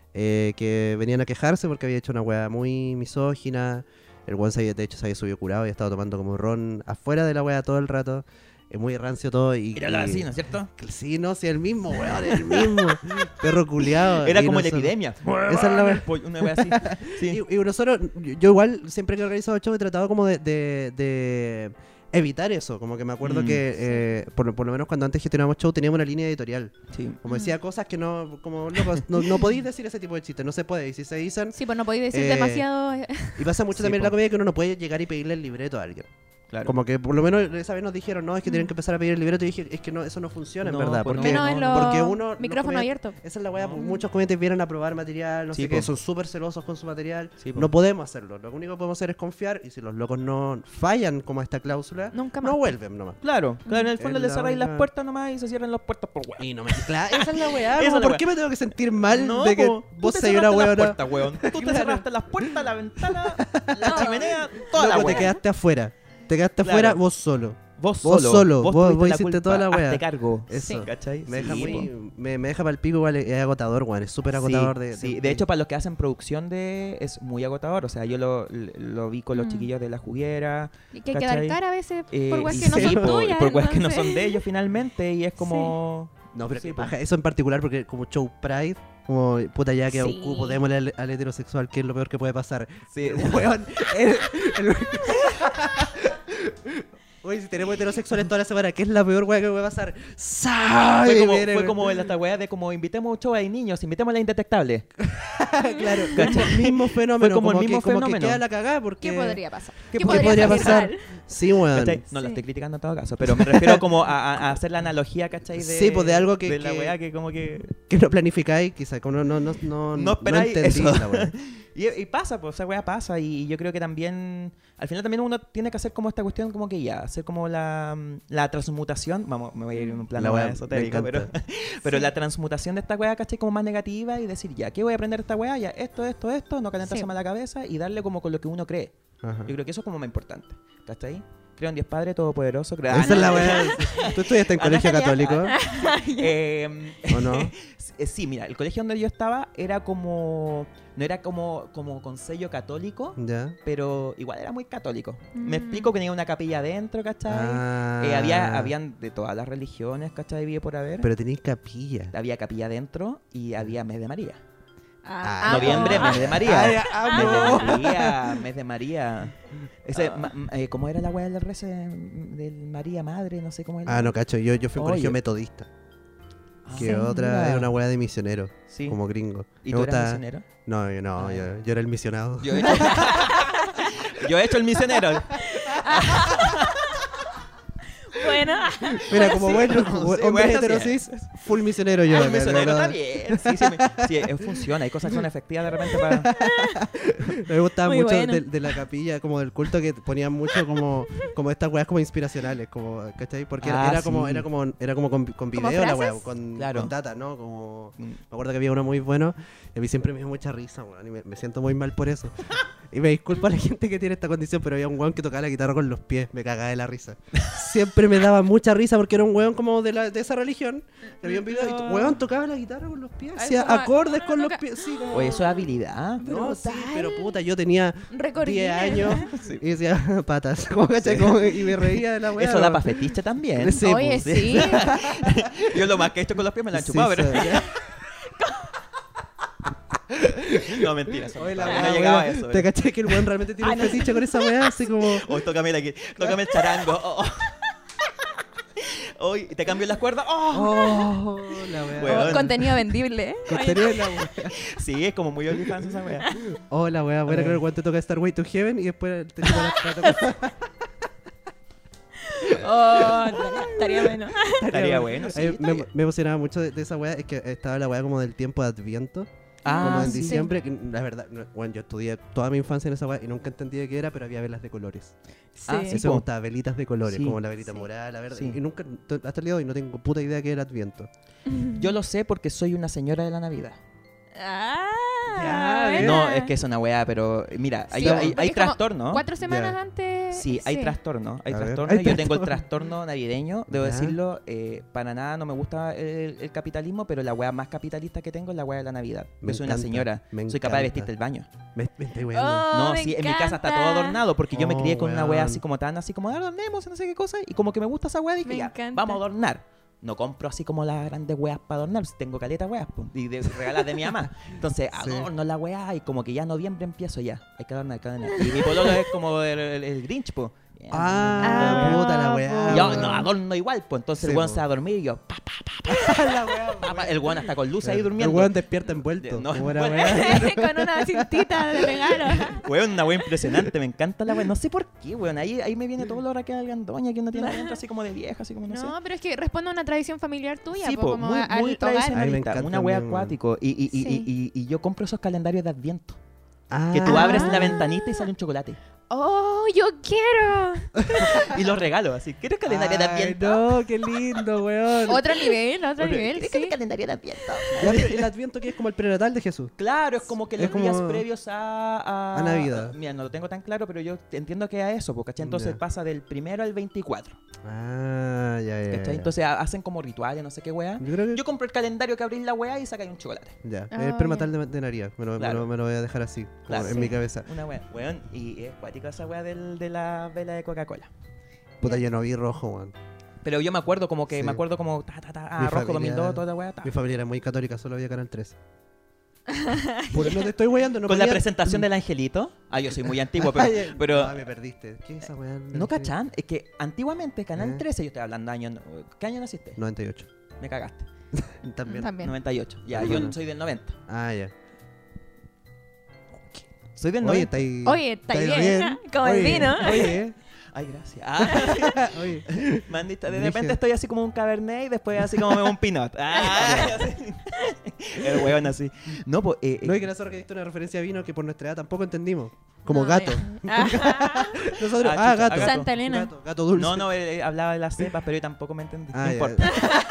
que venían a quejarse porque había hecho una weá muy misógina. El weón de hecho se había subido curado y estaba tomando como ron afuera de la weá todo el rato. Muy rancio todo y... Era la así, ¿no es cierto? Sí, no, sí, el mismo, weón, el mismo. Perro culiado. Era como la epidemia. Esa es la weá. Una wea así. Sí. Y nosotros, yo igual, siempre que he organizado shows he tratado como de evitar eso. Como que me acuerdo que, por lo menos cuando antes gestionábamos show, teníamos una línea editorial. Sí. Como decía cosas que no, como locos, no podéis decir ese tipo de chistes, no se puede. Y si se dicen, Sí, pues no podéis decir Eh, demasiado. y pasa mucho Sí, también en po. la comedia que uno no puede llegar y pedirle el libreto a alguien. Claro. Como que por lo menos esa vez nos dijeron, no, es que tienen que empezar a pedir el libreto. Y dije, es que no, eso no funciona en No, verdad. pues no. Porque, Menos en los porque uno... micrófono los abierto. Esa es la weá, No. muchos comediantes vienen a probar material, no Sí, sé qué, po. son súper celosos con su material. Sí, po. No podemos hacerlo, lo único que podemos hacer es confiar y si los locos no fallan como esta cláusula, Nunca más. no vuelven nomás. Claro, en el fondo Es le la cerráis las única- puertas nomás y se cierran las puertas por weón. Y no me... Claro, esa es la weá, Esa como, es la ¿por weá. qué me tengo que sentir mal No, de que po, tú vos te seas una cerraste las weona? puertas, weón. Tú te Claro. cerraste las puertas, la ventana, la No. chimenea, toda la Loco, te weá. quedaste afuera. Te quedaste Claro. afuera vos solo. Vos Vos solo. solo, Vos vos tuviste la hiciste culpa, toda la weá. hazte cargo. Eso. Sí. ¿Cachai? Me deja Sí, muy... po. Me deja para el pico igual, es agotador, weón. Es súper agotador Sí, de hecho, para los que hacen producción es muy agotador. O sea, yo lo vi con los Mm. chiquillos de La Juguera. Y que hay que dar ¿cachai? cara a veces por weas y que no sí, son po, tuyas. por weas que no entonces- son de ellos finalmente. Y es como... No, pero Sí, qué po. paja. Eso en particular porque como show Pride, como puta ya que a un Sí. cupo démosle al heterosexual, que es lo peor que puede pasar. Sí. Weón, Oye, si tenemos heterosexuales toda la semana, ¿qué es la peor weá que puede pasar? Fue como esta weá de como invitemos a un show de niños, invitemos a la indetectable. Claro, como el mismo fenómeno. Fue como el mismo como fenómeno. que queda la cagada porque... ¿Qué podría pasar? ¿Qué podría pasar? mal? Sí, weón. ¿Cachai? No lo Sí. estoy criticando en todo caso, pero me refiero como a hacer la analogía, ¿cachai? Sí, pues, de algo que- De la que- weá que como que... Que no planificáis, quizás, como No esperáis entendí eso. la weá. Y pasa, pues esa weá pasa y yo creo que también, al final también uno tiene que hacer como esta cuestión como que ya, hacer como la transmutación, vamos, me voy a ir en un plano La weá, más esotérico, me encanta. pero la transmutación de esta weá, ¿cachai? Como más negativa y decir ya, ¿qué voy a aprender de esta weá? Ya, esto, no calentarse Sí. más la cabeza y darle como con lo que uno cree. Ajá. Yo creo que eso es como más importante, ¿cachai? Creo en Dios Padre Todopoderoso, creo... Esa es la weá. ¿Tú estudiaste en colegio católico? ¿O no? Sí, mira, el colegio donde yo estaba era como... No era como con sello católico, Ya. pero igual era muy católico. Me Mm. explico que tenía una capilla adentro, ¿cachai? Ah. Habían de todas las religiones, ¿cachai? Había por haber. Pero tenéis capilla. Había capilla adentro y había mes de María. Ah, amo. Noviembre, mes de María. Ay, Mes amo. de María, mes de María. Ese, ¿cómo era la weá del rezo del María Madre? No sé cómo era. Ah, no, cacho. Yo fui a un Oye. colegio metodista. Ah, Que otra mira. era una weá de misionero. Sí. Como gringo. ¿Y Me tú eras gusta- misionero? No, Ah. yo era el misionado. Yo he hecho, yo he hecho el misionero. Bueno, Mira, como Sí, bueno, sí, hombre bueno, sí. heterosis, full misionero yo. Ah, el acá, misionero de está verdad. bien. Sí, funciona. Hay cosas que son efectivas de repente para... Me gustaba Muy mucho bueno. de la capilla, como del culto, que ponían mucho como estas weas como inspiracionales, como, ¿cachai? Porque Ah, era como sí. con video la wea, frases? con Claro. data, ¿no? Como me acuerdo que había uno muy bueno, y a mí siempre me dio mucha risa, weón, y me siento muy mal por eso. Y me disculpo a la gente que tiene esta condición, pero había un weón que tocaba la guitarra con los pies, me cagaba de la risa. Siempre me daba mucha risa porque era un weón como de esa religión. Que había un video y weón tocaba la guitarra con los pies. Hacía como- acordes con los pies. Sí, como... Oye, eso es habilidad. No, sí, brutal. pero puta, yo tenía Récord 10 Guinness. años y decía patas. Como, ¿cachai? Y me reía de la weá. Eso da para fetiche también. Sí, Oye, pues, sí. Yo lo más que he hecho con los pies me lo han Sí, chupado, pero... sabía. No, mentira. Eso Oye, la no weá, llegaba a weón, eso. ¿te caché que el weón realmente tiene un fetiche con esa weá? Así como... Hoy tócame aquí, tócame el charango. Oh. Hoy te cambio las cuerdas. Oh. Oh, la weá. Weón. Contenido vendible, ¿eh? Contenido de la weá. Sí, es como muy OnlyFans esa weá. Oh, la weá, buena, creo que cuando te toca Star Way to Heaven y después te chupa las patas. Oh, estaría bueno. Estaría bueno, sí. Ay, está me, bien. me emocionaba mucho de esa weá, es que estaba la weá como del tiempo de Adviento. Como en sí. diciembre, que la verdad, bueno, yo estudié toda mi infancia en esa weá y nunca entendí de qué era, pero había velas de colores. Ah, Sí. sí. Eso me po. gustaba, velitas de colores, Sí. como la velita Sí. morada, la verde. Sí. Y nunca, hasta el día de hoy, no tengo puta idea de qué era Adviento. Yo lo sé porque soy una señora de la Navidad. Ah, Ya, buena. No, es que es una weá, pero mira, hay, Sí, hay porque es como trastorno. 4 semanas Ya. antes. Sí, hay trastorno. Hay A ver. trastorno. Hay Yo tengo el trastorno. trastorno navideño, debo Ya. decirlo. Para nada no me gusta el capitalismo, pero la weá más capitalista que tengo es la weá de la Navidad. Me Yo soy una encanta, señora. me Soy capaz de encanta. vestirte el baño. Me estoy weando. Oh, No, me sí, en mi casa está encanta. todo adornado porque yo me crié Oh, con una weá weón. así como tan así como adornemos, no sé qué cosa. Y como que me gusta esa weá, dije Me ya, encanta. vamos a adornar. No compro así como las grandes weas para adornar, tengo caleta weas y de regalas de mi mamá. Entonces Sí. adorno la wea y como que ya en noviembre empiezo ya. Hay que adornar, hay que adornar. Y mi pololo es como el Grinch, po. Ah, Ah, puta la po. weá. Y yo no adorno igual, pues entonces Sí, el weón po. se va a dormir y yo, pa, La weá, pa, pa. El weón hasta con luz ahí El durmiendo. weón despierta envuelto. No, como era bueno. weá. Con una cintita de regalo. Weón, una wea impresionante, me encanta la wea. No sé por qué, weón. Ahí me viene todo lo hora que algandoña que uno tiene adentro, así como de vieja, así como no sé. No, pero es que responde a una tradición familiar tuya, Sí, po, po, como muy, al muy hogar. A mí me tradicionalista, encanta una wea también, weón. acuático. Sí. Y yo compro esos calendarios de Adviento. Ah. Que tú abres la ventanita y sale un chocolate. Oh, yo quiero. Y los regalo así. ¿Quieres calendario de Ay, Adviento? no, qué lindo, weón. Otro nivel, ¿Quieres sí. calendario de Adviento? Ya, pero el Adviento que es como el prenatal de Jesús. Claro, es como que Es los como- días previos a Navidad. Mira, no lo tengo tan claro, pero yo entiendo que a eso, ¿cachai? Entonces Ya. pasa del 1 al 24, Ah, ya. ¿cachai? Entonces hacen como rituales, no sé qué weá. Yo creo que... Yo compro el calendario que abrís la weá y sacáis un chocolate. Ya, Ah, el prenatal de Naría. Claro. Me lo voy a dejar así, como Claro. en Sí. mi cabeza. Una weá. Weón, y es cuático esa weá de la vela de Coca-Cola. Puta, yo no vi rojo, weón. Pero yo me acuerdo como que, Sí. ta, Mi rojo familia- 2002, toda la weá. Mi familia era muy católica, solo había Canal 13. Puro, no te estoy weyando, no Con la ponía- presentación del angelito. Ah, yo soy muy antiguo, pero... Ay, pero no, me perdiste. ¿Qué es esa weá? ¿no cachan? Es que antiguamente, Canal ¿Eh? 13, yo estoy hablando de años... ¿Qué año naciste? 98. Me cagaste. También. También. 98. Ya, Perdona. yo soy del 90. Ah, ya. Soy del Oye, 90. está ahí. Oye, está bien. Como el Oye, vino. Oye, Ay, gracias. Ah, oye. me han dicho, de Dije- repente estoy así como un cabernet y después así como un pinot. Ah, así. El hueón así. No, pues... No, y que la zorra que diste una referencia a vino que por nuestra edad tampoco entendimos. Como No, gato. ya. Ajá. Nosotros, Ah, chucha, gato. gato. Santa Elena. Gato dulce. no, hablaba de las cepas, pero yo tampoco me entendí. Ah, no ya. importa.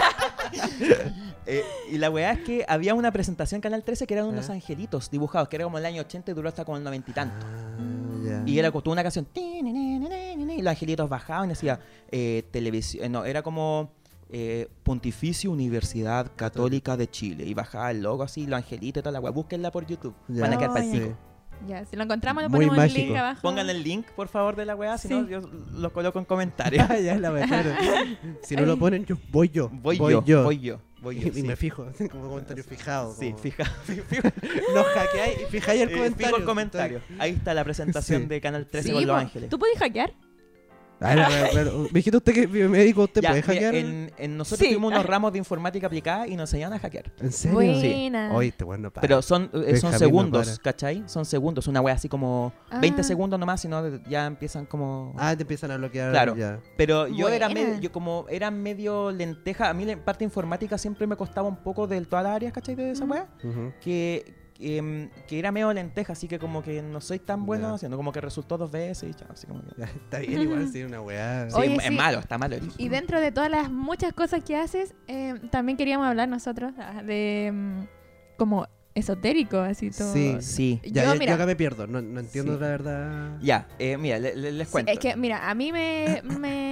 Y la weá es que había una presentación en Canal 13 que eran unos Ah. angelitos dibujados, que era como el año 80 y duró hasta como el 90 y tanto. Ah, ya. Y era como una canción. Y los angelitos bajaban y decía televisión. No, era como Pontificia Universidad Católica de Chile. Y bajaba el logo así, los angelitos y toda la weá. Búsquenla por YouTube. Ya. Van a quedar para el Ay, pico. Ya, si lo encontramos, le Muy ponemos el mágico. link abajo. Pongan el link, por favor, de la weá, si Sí. no, yo lo coloco en comentarios. Ah, ya es la weá, claro. Si no lo ponen, yo voy yo. Voy yo. Y Sí. me fijo, como comentario fijado. Sí, como- fija. Nos hackeáis y fijáis el comentario. Fijo el comentario. Ahí está la presentación Sí. de Canal 13 Sí, con Los po. Ángeles. ¿Tú puedes hackear? Ah, claro. Me dijiste usted que es biomédico, ¿usted Ya, puede mira, hackear? en nosotros Sí. tuvimos unos ramos de informática aplicada y nos enseñaban a hackear. ¿En serio? Buena. Oye, este weón no para. Pero son Benjamín, segundos, no para. ¿cachai? Son segundos, una wea así como Ah. 20 segundos nomás, si no ya empiezan como... Ah, te empiezan a bloquear. Claro. Ya. Pero yo era Buena. medio, era medio lenteja. A mí la parte informática siempre me costaba un poco de todas las áreas, ¿cachai? De esa wea. Ujú. Que era medio lenteja, así que como que no soy tan bueno Ya. haciendo, como que resultó 2 veces y chao, así como que... Ya, está bien, igual, sí, una weá. Sí, Oye, es sí. malo, está malo. Y dentro de todas las muchas cosas que haces, también queríamos hablar nosotros de como esotérico, así todo. Sí. Sí. Ya, Yo, ya, mira, yo acá me pierdo, no entiendo Sí. la verdad. Ya, mira, les sí, cuento. es que, mira, a mí me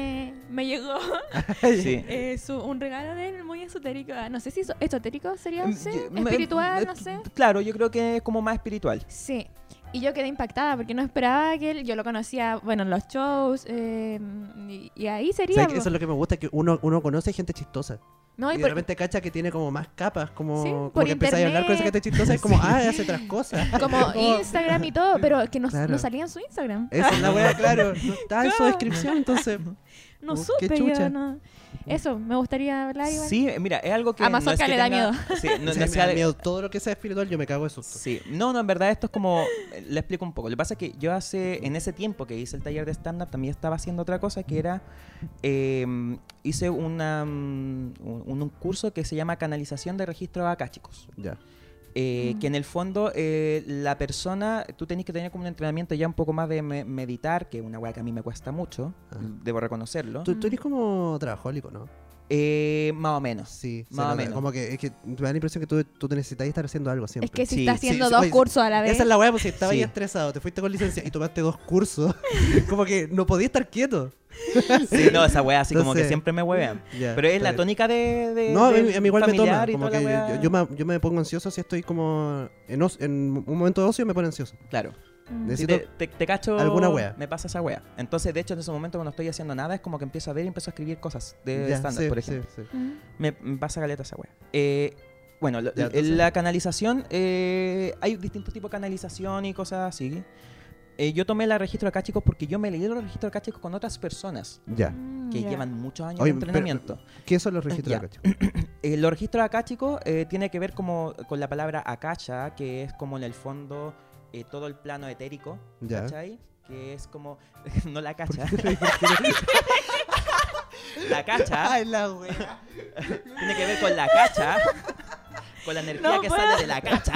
me llegó Sí. un regalo de él muy esotérico. No sé si esotérico sería, sí, Yo- espiritual, no sé. Claro, yo creo que es como más espiritual. Sí. Y yo quedé impactada porque no esperaba que él... Yo lo conocía, bueno, en los shows. Y ahí sería... ¿Sabes qué? Eso es lo que me gusta, que uno conoce gente chistosa. No, Y y de por- repente cacha que tiene como más capas, como, Sí, como por que empezáis a hablar con esa gente internet. chistosa y como, hace otras cosas. como Instagram y todo, pero que no, Claro. no salía en su Instagram. Esa es la wea, claro. No está en su ¿Cómo? descripción, entonces. No qué supe chucha. yo, no. Eso, me gustaría hablar igual. Sí, mira, es algo que A no es Mazoca que le da tenga- miedo. Sí, no, Sí, no me sea- da miedo. Todo lo que sea espiritual, yo me cago de susto. Sí, no, en verdad esto es como, le explico un poco. Lo que pasa es que yo en ese tiempo que hice el taller de stand-up, también estaba haciendo otra cosa que era, hice un curso que se llama canalización de registros akáshicos. Ya. Que en el fondo la persona, tú tenés que tener como un entrenamiento ya un poco más de meditar, que es una weá que a mí me cuesta mucho, Ajá. debo reconocerlo. Tú eres como trabajólico, ¿no? Más o menos. Sí, se Más o nota. menos. Como que es que me da la impresión que tú necesitas estar haciendo algo siempre. Es que si Sí, está haciendo sí, dos oye, cursos a la vez. Esa es la weá, pues si estabas ahí Sí. estresado, te fuiste con licencia y tomaste 2 cursos, como que no podías estar quieto. Sí, no, esa weá así como que Entonces, siempre me huevean. Ya, Pero es está la bien. tónica de No, a del mí igual me toma. familiar y Como toda que la weá. yo me pongo ansioso si estoy como en un momento de ocio me pone ansioso. Claro. Mm. Si Necesito te cacho, alguna wea. me pasa esa wea. Entonces, de hecho, en ese momento cuando estoy haciendo nada, es como que empiezo a ver y empiezo a escribir cosas de Ya, stand-up, sí, por sí, ejemplo. sí. Mm. Me pasa caleta esa wea. Bueno, Ya, entonces. la canalización, hay distintos tipos de canalización y cosas así. Yo tomé la registro akáshicos porque yo me leí los registros akáshicos con otras personas Ya. que Ya. llevan muchos años Oye, de entrenamiento. ¿Qué son los registros Ya. de cacho? Los registros akáshicos tiene que ver como con la palabra akasha, que es como en el fondo todo el plano etérico, Ya. ¿cachai? Que es como, no la cacha, la cacha Ay, la wea. tiene que ver con la cacha, con la energía No que puedo. sale de la cacha.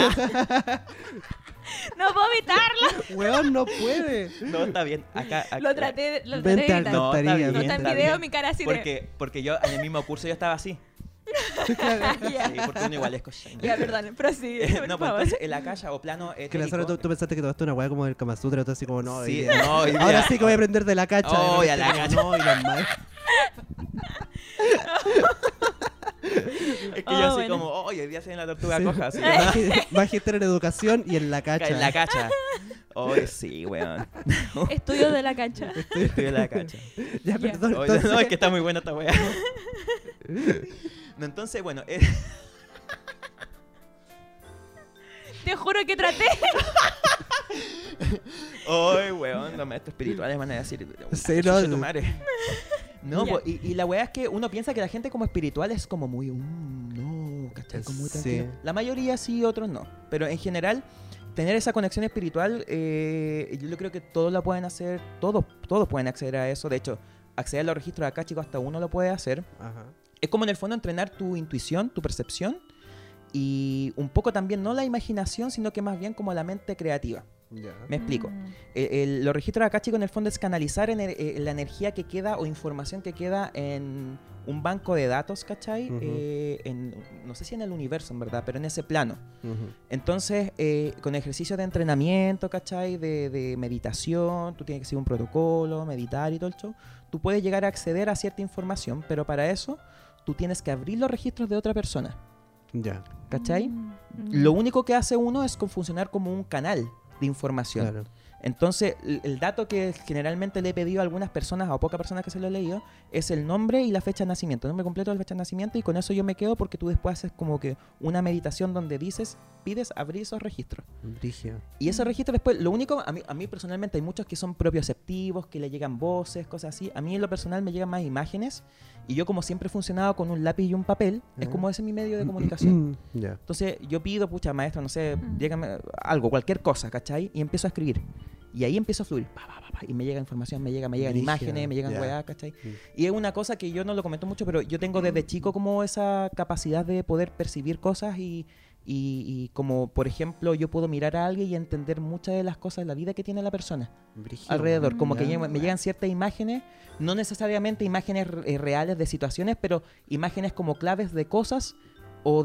No puedo evitarlo. Weón, no puede. No, está bien, acá Lo traté de Vente al evitar. No, está Notaría, bien, No está en está video bien. mi cara así de... Porque yo en el mismo curso yo estaba así. Ya. Sí, porque uno igual es cochino. Ya, perdón, prosigue, por No, pues favor. entonces el akasha o plano Que etérico. la Sara, tú pensaste que tomaste una weá como del Kama Sutra, tú así como, no, Sí, y- no, y ahora mira, sí que voy a aprender de la cacha. Oh, de ya la repente, cacha. No, y la madre. Es que yo así bueno. como, oh, hoy día se en la tortuga Sí. coja. Así, Magister en educación y en la cacha. en la cacha. Hoy sí, weón. Estudio de la cancha. Estoy en la cacha. Ya, Ya. perdón. Oye, entonces- no, es que está muy buena esta weá. No, entonces, bueno, Te juro que traté. hoy, weón, los maestros espirituales van a decir, Sí, "Chucha no, tu madre". No, Ya. po, y la weá es que uno piensa que la gente como espiritual es como muy, no, ¿cachai? Como muy Sí. tranquilo. La mayoría sí, otros no. Pero en general, tener esa conexión espiritual, yo creo que todos la pueden hacer, todos pueden acceder a eso. De hecho, acceder a los registros acá, chicos, hasta uno lo puede hacer. Ajá. Es como en el fondo entrenar tu intuición, tu percepción y un poco también no la imaginación, sino que más bien como la mente creativa. Ya. Me explico. Mm. Los registros acá, chicos, en el fondo es canalizar la energía que queda o información que queda en un banco de datos, ¿cachai? Ujú. No sé si en el universo, en verdad, pero en ese plano. Ujú. Entonces, con ejercicios de entrenamiento, ¿cachai? De meditación, tú tienes que seguir un protocolo, meditar y todo el show. Tú puedes llegar a acceder a cierta información, pero para eso tú tienes que abrir los registros de otra persona, Ya, ¿cachai? Mm. Lo único que hace uno es funcionar como un canal de información. claro. Entonces, el dato que generalmente le he pedido a algunas personas, o a pocas personas que se lo he leído, es el nombre y la fecha de nacimiento. El nombre completo de la fecha de nacimiento, y con eso yo me quedo porque tú después haces como que una meditación donde pides abrir esos registros. Brigio. Y esos registros después, lo único, a mí personalmente hay muchos que son propioceptivos, que le llegan voces, cosas así. A mí en lo personal me llegan más imágenes, y yo como siempre he funcionado con un lápiz y un papel, es Ah. como ese es mi medio de comunicación. Ya. Entonces yo pido, pucha, maestro, no sé, Mm. llégame algo, cualquier cosa, ¿cachai? Y empiezo a escribir. Y ahí empiezo a fluir. Pa, pa, pa, pa, y me llega información, me llegan Brígido, imágenes, me llegan ya. weá, ¿cachai? Mm. Y es una cosa que yo no lo comento mucho, pero yo tengo desde chico como esa capacidad de poder percibir cosas y como, por ejemplo, yo puedo mirar a alguien y entender muchas de las cosas de la vida que tiene la persona Brígido. alrededor. Como que Ya. me llegan ciertas imágenes, no necesariamente imágenes reales de situaciones, pero imágenes como claves de cosas o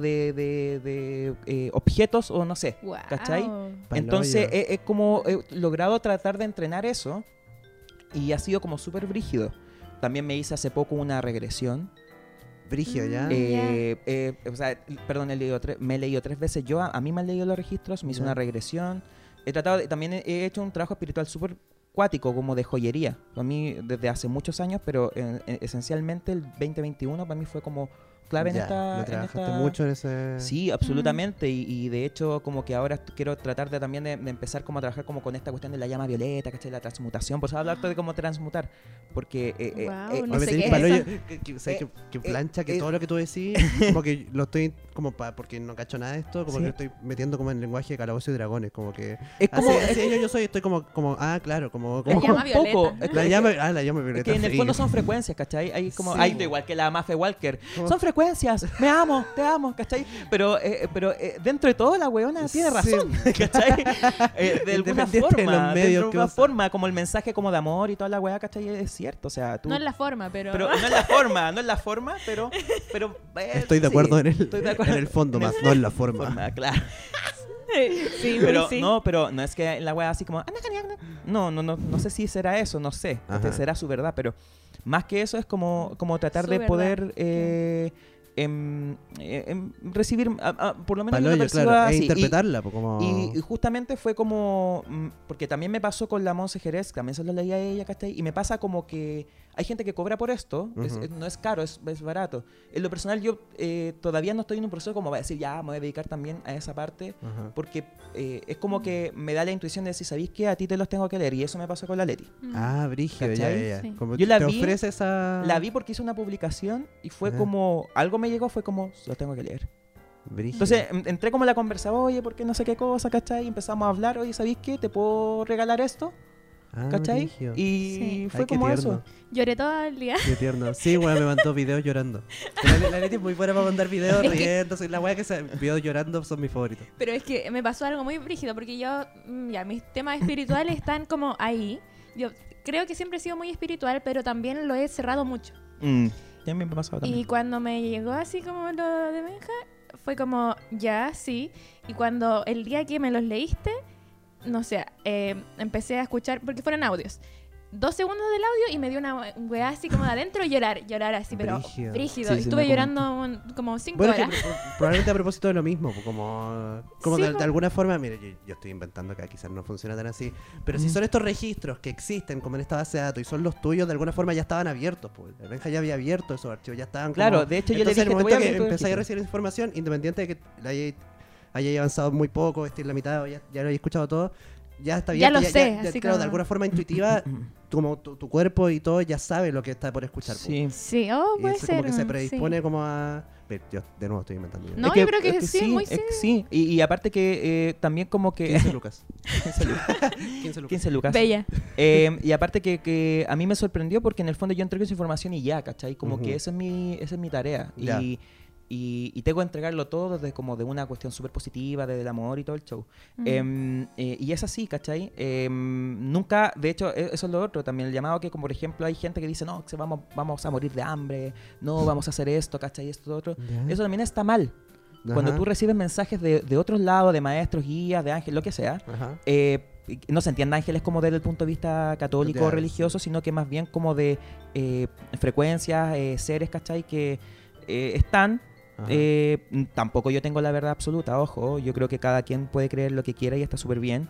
de objetos o no sé. Guau. ¿Cachai? Pa'l Entonces hoyo. es como he logrado tratar de entrenar eso y ha sido como súper brígido. También me hice hace poco una regresión. Brigio, ¿ya? O sea, perdón, me he leído 3 veces. Yo, a mí me han leído los registros, me hice Ya. una regresión. También he hecho un trabajo espiritual súper cuático, como de joyería. A mí, desde hace muchos años, pero esencialmente el 2021 para mí fue como clave Ya, en esta... lo trabajaste mucho en ese... Sí, absolutamente. Y de hecho, como que ahora quiero tratar también de empezar como a trabajar como con esta cuestión de la llama violeta, ¿cachai? La transmutación. Por eso hablar de cómo transmutar. Porque... Guau, no Oye, sé tenés qué es palo, eso. que plancha, que todo lo que tú decís, como que lo estoy, como porque no cacho nada de esto, como Sí. que estoy metiendo como en el lenguaje de Calabozos y Dragones, como que... Es como... Así yo soy, estoy como, claro, como... La es llama un poco... violeta. La llama Es violeta. que en el sí. fondo son frecuencias, ¿cachai? Hay como, Sí. igual que la Mafe Walker. ¿Cómo? Son frecuencias, me amo, te amo, ¿cachai? Pero dentro de todo la weona tiene Sí. razón, ¿cachai? De alguna Independiente de forma, los medios de que alguna usa. forma, como el mensaje como de amor y toda la weá, ¿cachai? Es cierto, o sea, tú... No en la forma, pero... pero no es la forma, pero Estoy de sí, acuerdo, estoy de acuerdo en el fondo en el más, no en la forma. claro. sí, Pero sí. pero no es que la weá así como no sé si será eso, no sé, Ajá. será su verdad, pero más que eso es como tratar Su de verdad. poder recibir por lo menos yo lo Paloyo, percibo claro, e así. interpretarla, pues, como... Y justamente fue como porque también me pasó con la Monse Jerez, también se lo leía a ella, ¿cachai? Y me pasa como que hay gente que cobra por esto, Ujú. no es caro, es barato. En lo personal yo todavía no estoy en un proceso como va a decir, ya, me voy a dedicar también a esa parte, Ajá. porque es como que me da la intuición de decir, ¿sabéis qué? A ti te los tengo que leer, y eso me pasó con la Leti. Ah, brígido, ya, ¿Cachai? ya. Sí. Como Yo la te vi- ofrece esa... La vi porque hice una publicación y fue Ajá. como, algo me llegó, fue como, los tengo que leer. Brígido. Entonces entré como a la conversa, oye, ¿por qué no sé qué cosa, cachai? Y empezamos a hablar, oye, ¿sabéis qué? ¿Te puedo regalar esto? Ah, ¿Cachai? brígido. Y Sí. fue Ay, qué como tierno. eso. Lloré todo el día. Qué tierno. Sí, bueno, me mandó videos llorando. La Leti es muy buena para mandar videos Es que- riendo. Soy la wea que se videos llorando son mis favoritos. Pero es que me pasó algo muy brígido porque yo, ya, mis temas espirituales están como ahí. Yo creo que siempre he sido muy espiritual, pero también lo he cerrado mucho. También me pasó también. Y cuando me llegó así como lo de Benja, fue como, ya, sí. Y cuando el día que me los leíste, no sé, empecé a escuchar, porque fueron audios. 2 segundos del audio y me dio una weá así como de adentro llorar así, pero Brígido. brígido. Sí, Y sí, estuve me llorando como 5 Bueno, que horas. probablemente a propósito de lo mismo, pues, como Sí, de pues. alguna forma, mire, yo estoy inventando acá, quizás no funciona tan así, pero si son estos registros que existen como en esta base de datos y son los tuyos, de alguna forma ya estaban abiertos, pues. El Benja ya había abierto esos archivos, ya estaban como... Claro, de hecho yo le Entonces, dije, en el te voy a momento abrir que tu empezáis a registro. recibir información, independiente de que la hayáis avanzado muy poco, estéis en la mitad o ya lo hayáis escuchado todo, ya está Ya abierto. lo sé, así claro, como- de alguna forma intuitiva, como tu cuerpo y todo ya sabe lo que está por escuchar. pues. Sí. Sí, Y puede eso ser. como que se sí. predisone como a... Yo de nuevo estoy inventando. No, Es yo creo que es sí, muy es que sí. Y aparte que también como que... 15 lucas. 15 lucas. 15 lucas. 15 lucas. Bella. Y aparte que a mí me sorprendió porque en el fondo yo entrego esa información y ya, ¿cachai? Como Ujú. que esa es mi tarea. Ya. Y tengo que entregarlo todo desde como de una cuestión súper positiva, desde el amor y todo el show. Y es así, ¿cachai? Nunca, de hecho, eso es lo otro también, el llamado que como por ejemplo hay gente que dice, no, que vamos a morir de hambre, no, vamos a hacer esto, ¿cachai? Esto, lo otro. Ya. Eso también está mal. Cuando Ajá. tú recibes mensajes de otros lados, de maestros, guías, de ángeles, lo que sea, Ajá. no se entiende ángeles como desde el punto de vista católico Ya, o religioso, sino que más bien como de frecuencias, seres, ¿cachai? Que están. Ajá. Tampoco yo tengo la verdad absoluta, ojo, yo creo que cada quien puede creer lo que quiera y está súper bien.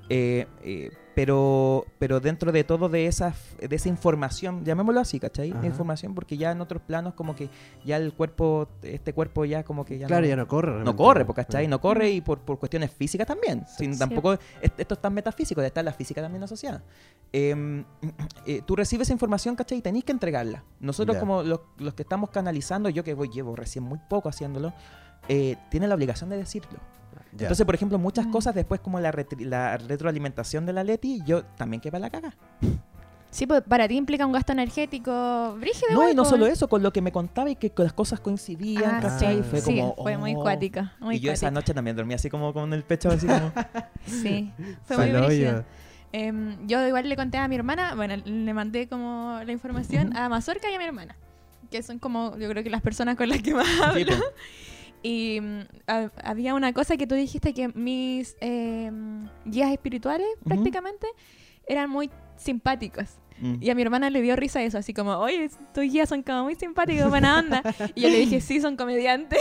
Pero dentro de todo de esa información, llamémoslo así, ¿cachai? Ajá. Información, porque ya en otros planos como que ya el cuerpo, este cuerpo ya como que ya Claro, ya no corre. no realmente. corre, pues, ¿cachai? No corre y por cuestiones físicas también. Sí. Tampoco esto es tan metafísico, está la física también asociada. Tú recibes esa información, ¿cachai? Y tenés que entregarla. Nosotros Ya. como los que estamos canalizando, yo que llevo recién muy poco haciéndolo, tienen la obligación de decirlo. Ya. Entonces, por ejemplo, muchas Mm. cosas después como la retroalimentación de la Leti, yo también quedé para la caga. Sí, pues para ti implica un gasto energético brígido. No, igual, y no pues. solo eso, con lo que me contaba y que las cosas coincidían, Ah, ¿cachai? sí. Fue Sí, como... fue muy oh. cuática. Muy Y yo esa cuática. noche también dormí así como con el pecho así como... Sí, fue muy Paloyo. brígido. Yo igual le conté a mi hermana, bueno, le mandé como la información a Mazorca y a mi hermana, que son como, yo creo que las personas con las que más hablo. Sí, pues. Y había una cosa que tú dijiste que mis guías espirituales prácticamente eran muy simpáticos. Y a mi hermana le dio risa eso, así como, oye, tus guías son como muy simpáticos, buena onda. Y yo le dije, sí, son comediantes.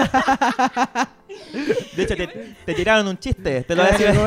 De hecho, te tiraron un chiste, te lo voy a decir.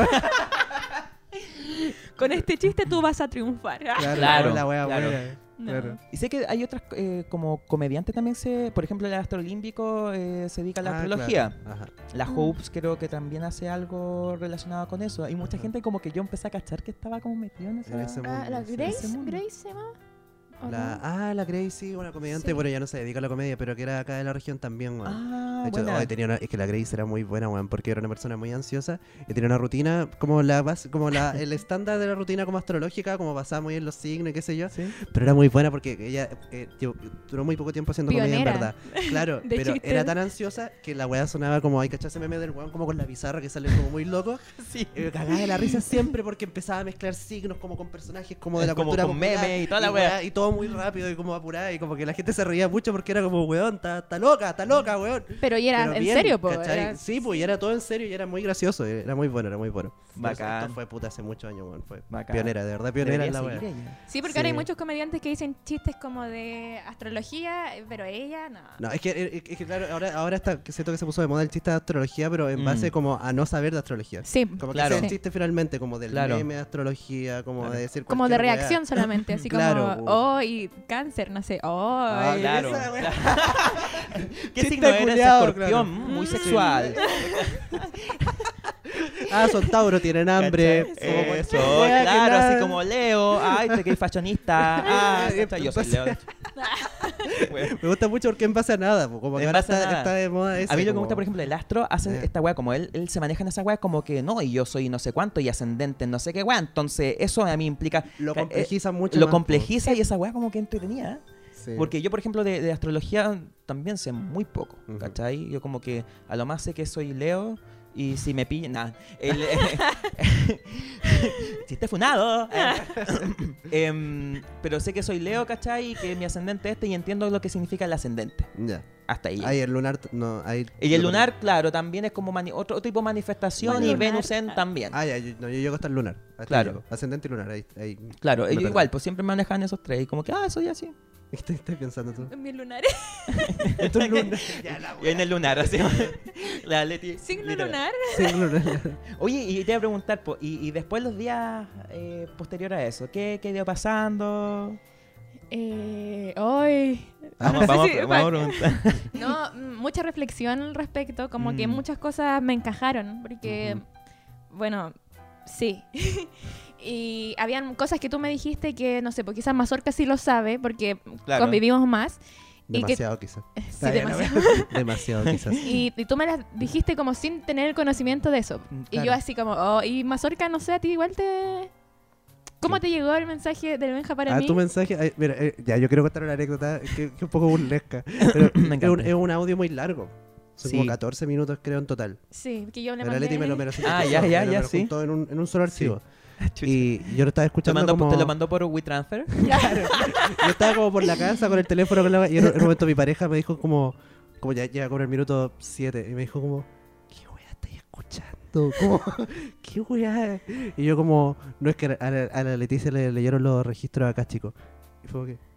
Con este chiste tú vas a triunfar. Claro, la wea claro. buena. No. Claro. Y sé que hay otras, como comediantes también por ejemplo, el astrolímbico se dedica a la astrología. Claro. Ajá. La Hopes creo que también hace algo relacionado con eso. Hay mucha gente como que yo empecé a cachar que estaba como metido en En ese mundo. La sí. Grace, ese mundo. Grace se llama. ¿O no? La Gracie, una comediante, Sí. bueno, ya no se dedica a la comedia, pero que era acá de la región también, weón. Ah, De hecho, buena. es que la Grace era muy buena, weón, porque era una persona muy ansiosa y tenía una rutina como el estándar de la rutina como astrológica, como basada muy en los signos y qué sé yo. ¿Sí? Pero era muy buena porque ella duró muy poco tiempo haciendo comedia en Pionera. verdad. Claro, De pero chistes. era tan ansiosa que la weá sonaba como, hay cachado ese meme del weón como con la pizarra que sale como muy loco. Sí. Y me cagaba de la risa siempre porque empezaba a mezclar signos como con personajes como de la Como cultura con popular, memes y toda la weá. Y todo muy rápido y como apurada y como que la gente se reía mucho porque era como, weón, está loca, weón. Pero y era Pero en bien, serio, po. ¿cachai? Era- Sí, pues y era todo en serio y era muy gracioso, era muy bueno. Bacán. Esto fue puta hace muchos años, weón. Fue Bacán. pionera, de verdad pionera en la Debería weá. seguir ella. Sí, porque Sí. ahora hay muchos comediantes que dicen chistes como de astrología, pero ella no. No, es que claro, ahora está, que siento que se puso de moda el chiste de astrología, pero en base como a no saber de astrología. Sí, Como Claro. que ese es el Sí. chiste finalmente, como del Claro. meme de astrología, como Claro. de decir como de cualquier weá. reacción solamente, así Claro, como, oh, y cáncer, no sé, oh. Ah, y- Claro. esa weá. ¿Qué Chiste signo eres? culiao, Escorpión, claro. muy Mm. sexual. Ah, son Tauro, tienen hambre. ¿Cachai? como Eso, cualquier weá que claro, nada. así como Leo, ay, te quedas fashionista. Ah, ¿cachai? Yo soy Leo. de hecho. Bueno, Me gusta mucho porque en base a nada, po, como que En ahora base a nada. está de moda ese. a mí lo que me como- gusta, por ejemplo, el astro hace Eh. esta weá, como él se maneja en esa weá como que no, y yo soy no sé cuánto y ascendente en no sé qué weá. Entonces, eso a mí implica. Lo que- complejiza mucho Lo más, po. complejiza y esa weá como que entretenida. Sí. Porque yo, por ejemplo, de astrología también sé muy poco, Ujú. ¿cachai? Yo como que a lo más sé que soy Leo y si me pillan, nada. Chiste funado. Pero sé que soy Leo, ¿cachai? Y que mi ascendente es este y entiendo lo que significa el ascendente. Ya. Hasta ahí. Ahí el lunar, no, ahí. Y el lunar, claro, también es como otro tipo de manifestación y Lunar. Venus en también. Ah, ya, yo llego hasta el lunar. Hasta ahí Claro. llego. Ascendente y lunar, ahí. Claro, me ellos perdí. igual, pues siempre manejan esos tres y como que, soy así. ¿Qué estás pensando tú? Mis lunares. Esto es lunar. Ya, la Y en el lunar, así. La Leti. Signo literal. lunar. Sí, lunar. Oye, y te iba a preguntar, y después los días posteriores a eso, ¿qué iba pasando? Hoy. Vamos, No sé vamos, si- vamos a preguntar. No, mucha reflexión al respecto, como que Mm. muchas cosas me encajaron, porque, Ujú. bueno, sí. Y habían cosas que tú me dijiste que, no sé, pues quizás Mazorca sí lo sabe, porque Claro. convivimos más. Y que- Demasiado quizás. Sí, demasiado. Demasiado quizás. Y tú me las dijiste como sin tener el conocimiento de eso. Y Claro. yo así como, oh, y Mazorca, no sé, a ti igual te... ¿Cómo te llegó el mensaje del Benja para mí? Tu mensaje. Ay, mira, ya, yo quiero contar una anécdota que es un poco burlesca. Pero Me encanta. es un audio muy largo. Son Sí. como 14 minutos, creo, en total. Sí, que yo le Pero mandé... Leti me lo Ah, ya, me lo sí. juntó en un solo archivo. Chucha. Y yo lo estaba ¿Te, escuchando como... ¿Te lo mandó por WeTransfer? Claro. Yo estaba como por la casa con el teléfono y en un momento mi pareja me dijo como ya llega con el minuto 7 y me dijo como, ¿qué weá estáis escuchando? Como, ¿qué weá? Y yo como, no es que a la Leticia le leyeron los registros acá, chicos. Y fue como que...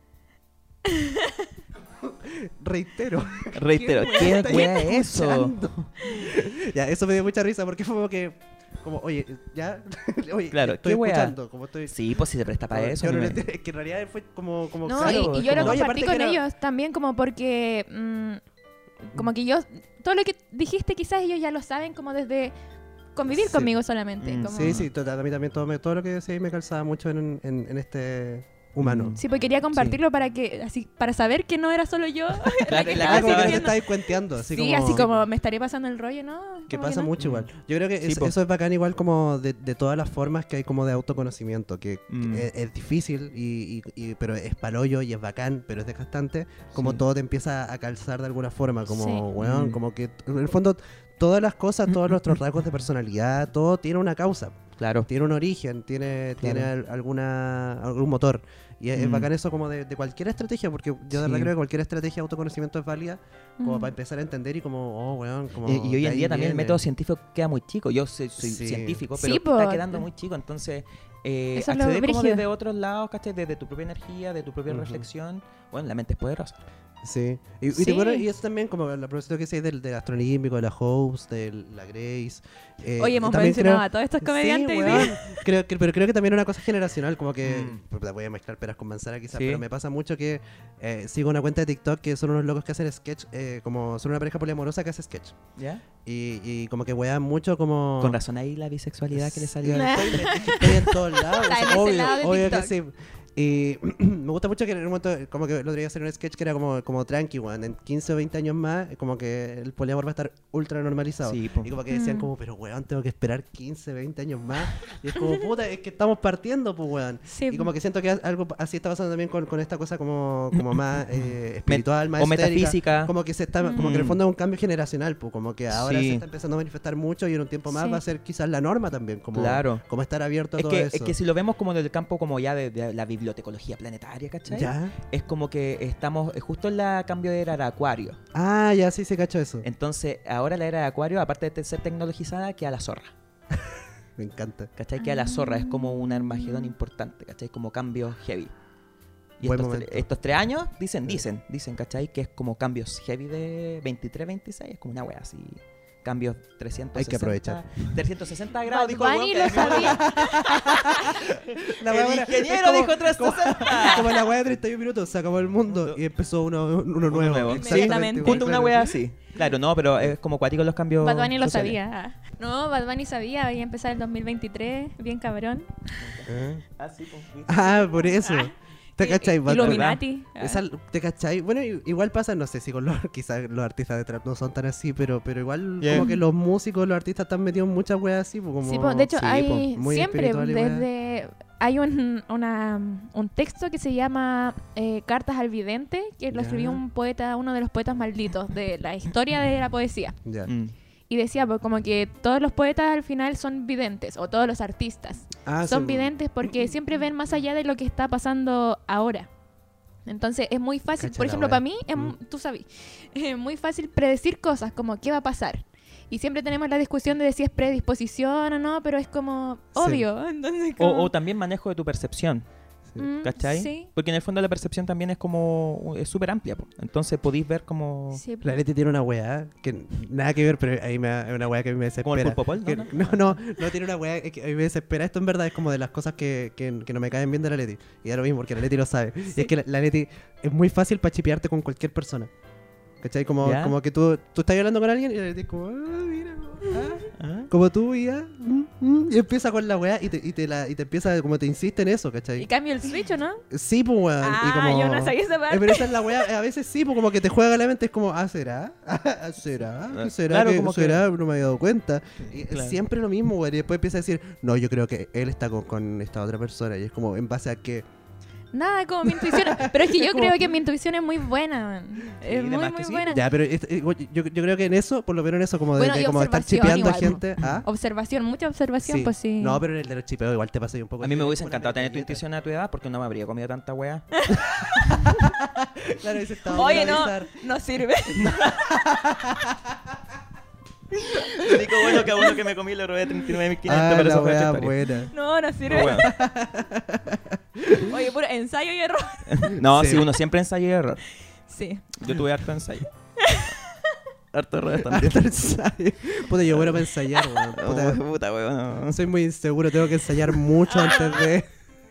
Reitero. Reitero, ¿qué estáis wea es eso? escuchando? Ya, eso me dio mucha risa porque fue como, oye, ya, oye, Claro, estoy ¿qué wea? escuchando, como estoy... Sí, pues si se presta para eso. Yo no me- le entiendo, es que en realidad fue como No, claro, y es yo lo como- Oye, compartí aparte con que era- ellos también como porque... como que yo... Todo lo que dijiste quizás ellos ya lo saben como desde... Convivir Sí. conmigo solamente. Mm, como- Sí, sí, a mí también todo lo que decía ahí me calzaba mucho en este humano. Sí, porque quería compartirlo para que así para saber que no era solo yo la que Claro, estaba Ah, como que te sintiendo. estáis cuenteando, así Sí, como... así como me estaré pasando el rollo, ¿no? Que Como pasa no. mucho igual. Yo creo que Sí, po. eso es bacán igual como de todas las formas que hay como de autoconocimiento, que Mm. es difícil, pero es palollo y es bacán, pero es desgastante, como Sí. todo te empieza a calzar de alguna forma, como, Sí. weón, Mm. como que en el fondo todas las cosas, todos nuestros rasgos de personalidad, todo tiene una causa. Claro. Tiene un origen, tiene algún motor. Y es bacán eso como de cualquier estrategia, porque yo de verdad Sí. creo que cualquier estrategia de autoconocimiento es válida como para empezar a entender y como, weón, como... Y hoy de en ahí día también el viene. método científico queda muy chico. Yo soy Sí. científico, Sí, pero po. está quedando muy chico. Entonces, Eso es lo acceder como brígido. desde otros lados, ¿cachai? Desde tu propia energía, de tu propia Ujú. reflexión. Bueno, la mente es poderosa. Sí. Sí. Y eso también, como la propósito que decís del Astrolímpico, de la Host, de la Grace. Oye, hemos también mencionado creo- a todos estos comediantes. Sí, hoy weón. día. Pero creo que también es una cosa generacional, como que... Mm. La voy a mezclar peras con manzana quizás, Sí. pero me pasa mucho que sigo una cuenta de TikTok que son unos locos que hacen sketch, como son una pareja poliamorosa que hace sketch. ¿Ya? Y como que wean mucho como... Con razón ahí la bisexualidad que le salió. Sí, estoy en todos lados. Está o sea, en ese obvio, lado de obvio que TikTok. sí. Y me gusta mucho que en un momento, como que el otro día hacer un sketch que era como tranqui, weón. En 15 o 20 años más, como que el poliamor va a estar ultra normalizado. Sí, po. Y como que decían Mm. como, pero weón, tengo que esperar 15, 20 años más. Y es como, puta, es que estamos partiendo, pues weón. Sí, Y como que siento que algo así está pasando también con esta cosa como más espiritual, más o esotérica. metafísica. Como que como que en el fondo es un cambio generacional, pues como que ahora Sí. se está empezando a manifestar mucho y en un tiempo más Sí. va a ser quizás la norma también, como, Claro. como estar abierto a Es todo que, eso. es que si lo vemos como del campo como ya de la bibliotecología planetaria, ¿cachai? ¿Ya? Es como que estamos justo en la cambio de era de Acuario. Ah, ya sí se cacho eso. Entonces, ahora la era de Acuario, aparte de ser tecnologizada, queda la zorra. Me encanta. ¿Cachai? Queda la zorra, es como un Armagedón importante, ¿cachai? Como cambio heavy. Y Buen estos, momento. estos 3 años dicen, ¿cachai? Que es como cambios heavy de 23, 26, es como una wea así. Cambios 360. Hay que aprovechar. 360 grados, Bad dijo el Bunny weón lo que- sabía. La El wea buena, ingeniero es como- dijo 360. Como la weá de 31 minutos, se acabó el mundo y empezó uno nuevo. nuevo. Inmediatamente. Justo una wea así. Claro, no, pero es como cuático los cambios. Bad Bunny lo sociales. sabía. No, Bad Bunny sabía. Voy a empezar el 2023. Bien cabrón. Ah, sí, pues, Ah, por eso. ¿Te cachai? Bad Bunny? Illuminati. ¿Te cachai? Bueno, igual pasa, no sé si con quizás los artistas de trap no son tan así, pero igual Yeah. como que los músicos, los artistas están metidos en muchas weas así. Pues, como, Sí, po, de hecho, sí, hay muy siempre, espiritual y weá. desde... Hay un texto que se llama Cartas al Vidente, que lo Ya. escribió un poeta, uno de los poetas malditos de la historia de la poesía. Ya. Y decía, pues, como que todos los poetas al final son videntes, o todos los artistas. Ah, Son sí, videntes porque siempre ven más allá de lo que está pasando ahora. Entonces es muy fácil, Cacha por la ejemplo, wea. para mí, tú sabes, es muy fácil predecir cosas como qué va a pasar. Y siempre tenemos la discusión de si es predisposición o no, pero es como obvio. Entonces, como, O también manejo de tu percepción, ¿cachai? Sí, Porque en el fondo la percepción también es como. Es súper amplia, po. Entonces podéis ver como. sí. La Leti tiene una weá que nada que ver, pero ahí es una weá que a mí me Como el desespera. pulpopol, Que- ¿no? no tiene una weá que a mí me desespera. Esto en verdad es como de las cosas que no me caen bien de la Leti. Y da lo mismo, porque la Leti lo sabe. Y es que la Leti es muy fácil para chipearte con cualquier persona. ¿Cachai? Como, ¿Ya? como que tú estás hablando con alguien y la Leti es como, mira, Ah. como tú y ya. Y empieza con la weá y te empieza, como te insiste en eso, Y ¿cachai? cambio el switch, ¿o no? Sí, pues weón. y como, yo no sabía esa parte. pero esa es la weá, a veces sí, pues como que te juega la mente, es como, ¿será? ¿Será? ¿Qué será? Claro, ¿Qué como que- será? No me había dado cuenta. Y es Claro. siempre lo mismo, güey. Y después empieza a decir, no, yo creo que él está con esta otra persona. Y es como, ¿en base a qué? Nada, como mi intuición. Pero es que yo Es como- creo que mi intuición es muy buena, man. Es de muy, más muy que sí. buena. Ya, pero yo creo que en eso, por lo menos en eso, como de, Bueno, de y como de estar observación chipeando a igual, gente. ¿Ah? Observación, mucha observación, pues sí. No, pero en el de los chipeos igual te pasa ahí un poco. A mí me hubiese como encantado una tener tu metralleta. intuición a tu edad porque no me habría comido tanta wea. Claro, ese estaba Oye, por no, avisar. no sirve. Lo único bueno que a uno que me comí le robé 39.500, Ah, pero la eso fue otra weá historia. buena. No, no sirve. Pero bueno. Oye, puro ensayo y error. No, Sí. sí, uno siempre ensayo y error. Sí. Yo tuve harto ensayo. Harto errores también. Harto ensayo. Puta, yo bueno para ensayar, weón. Puta, Puta, weón. soy muy inseguro, tengo que ensayar mucho antes de...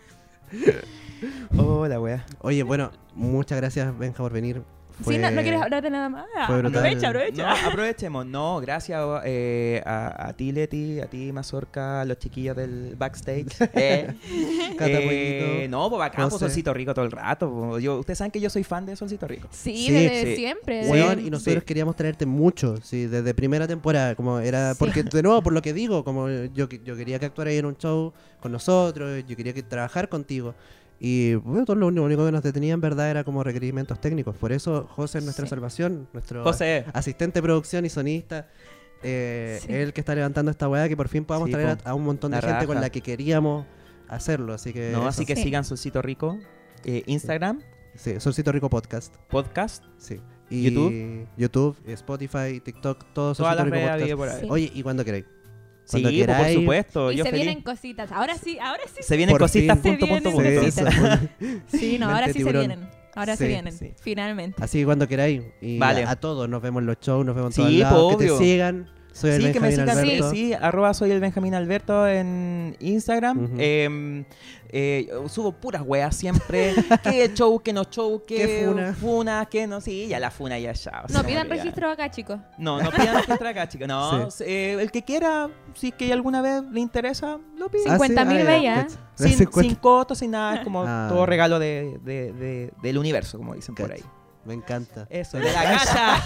Hola, wea. Oye, bueno, muchas gracias, Benja, por venir. Sí, no quieres hablar de nada más. fue brutal. Aprovecha. No, aprovechemos. No, gracias a ti, Leti, a ti, Mazorca, a los chiquillos del backstage. Cata Pollito, no, pues acá, pues José. Solcito Rico todo el rato. Po. Ustedes saben que yo soy fan de Solcito Rico. Sí, Sí, desde sí. siempre. Weón, desde- y nosotros queríamos traerte mucho, sí, desde primera temporada, como era, Sí. porque de nuevo, por lo que digo, como yo quería que actuara ahí en un show con nosotros, yo quería que trabajar contigo, y bueno, todo lo único que nos detenía en verdad era como requerimientos técnicos, por eso José es nuestra Sí. salvación, nuestro José. asistente de producción y sonista, Sí. es el que está levantando esta weá, que por fin podamos Sí, traer po. a un montón de La gente con raja. la que queríamos hacerlo. Así que, No, eso. así que Sí. sigan Solcito Rico. Instagram, Sí, Solcito Rico Podcast. podcast, Sí. Y YouTube, Spotify, TikTok, todo todas Solcito las Rico redes Podcast. habidas por ahí. Sí. Oye, y cuando queráis. Sí, Cuando pues, por queráis. supuesto. Y Yo se feliz. vienen cositas. Ahora sí. Se vienen Por cositas, fin. punto, Se punto, vienen punto. cositas. Eso. Sí, no, ahora Mente sí se tiburón. vienen. Ahora Sí, se vienen. sí. Finalmente. Así que cuando queráis. Y Vale. a todos nos vemos en los shows, nos vemos en Sí, todos po, lados. Que obvio. te sigan. Soy el Sí, que me Benjamín sigan, Alberto. sí, soy el Benjamín Alberto en Instagram. Ujú. Subo puras weas siempre. Que show, que no show, que Que funa. que no. Sí, ya la funa ya. No pidan registro acá, chicos. No pidan registro acá, chicos. No, el que quiera, si es que alguna vez le interesa, lo pide. 50.000 ya, bellas. cacha. Sin cotos, sin nada. Es como Ah. todo regalo del universo, como dicen por ahí. Cacha. Me encanta. Eso, de la cacha.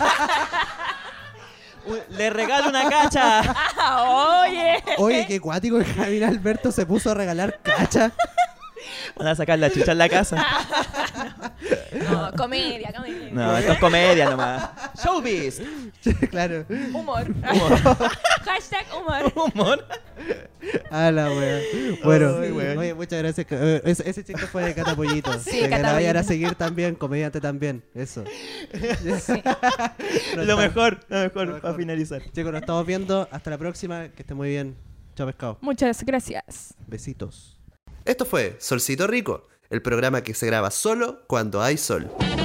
Le regalo una cacha. Oye. Oye, qué cuático que Benjamín Alberto se puso a regalar cacha. Van a sacar la chucha en la casa. No, comedia. No, esto es comedia nomás. Showbiz. Claro. Humor. Humor. Hashtag humor. Humor. A la wea. Bueno, Ay, weón. oye, muchas gracias. Ese chiste fue de Catapollito. Sí, que la vayan a Catapollito. seguir también, comediante también. Eso. Sí. Lo mejor Lo para mejor. finalizar. Chicos, nos estamos viendo. Hasta la próxima. Que esté muy bien. Chao, pescado. Muchas gracias. Besitos. Esto fue Solcito Rico, el programa que se graba solo cuando hay sol.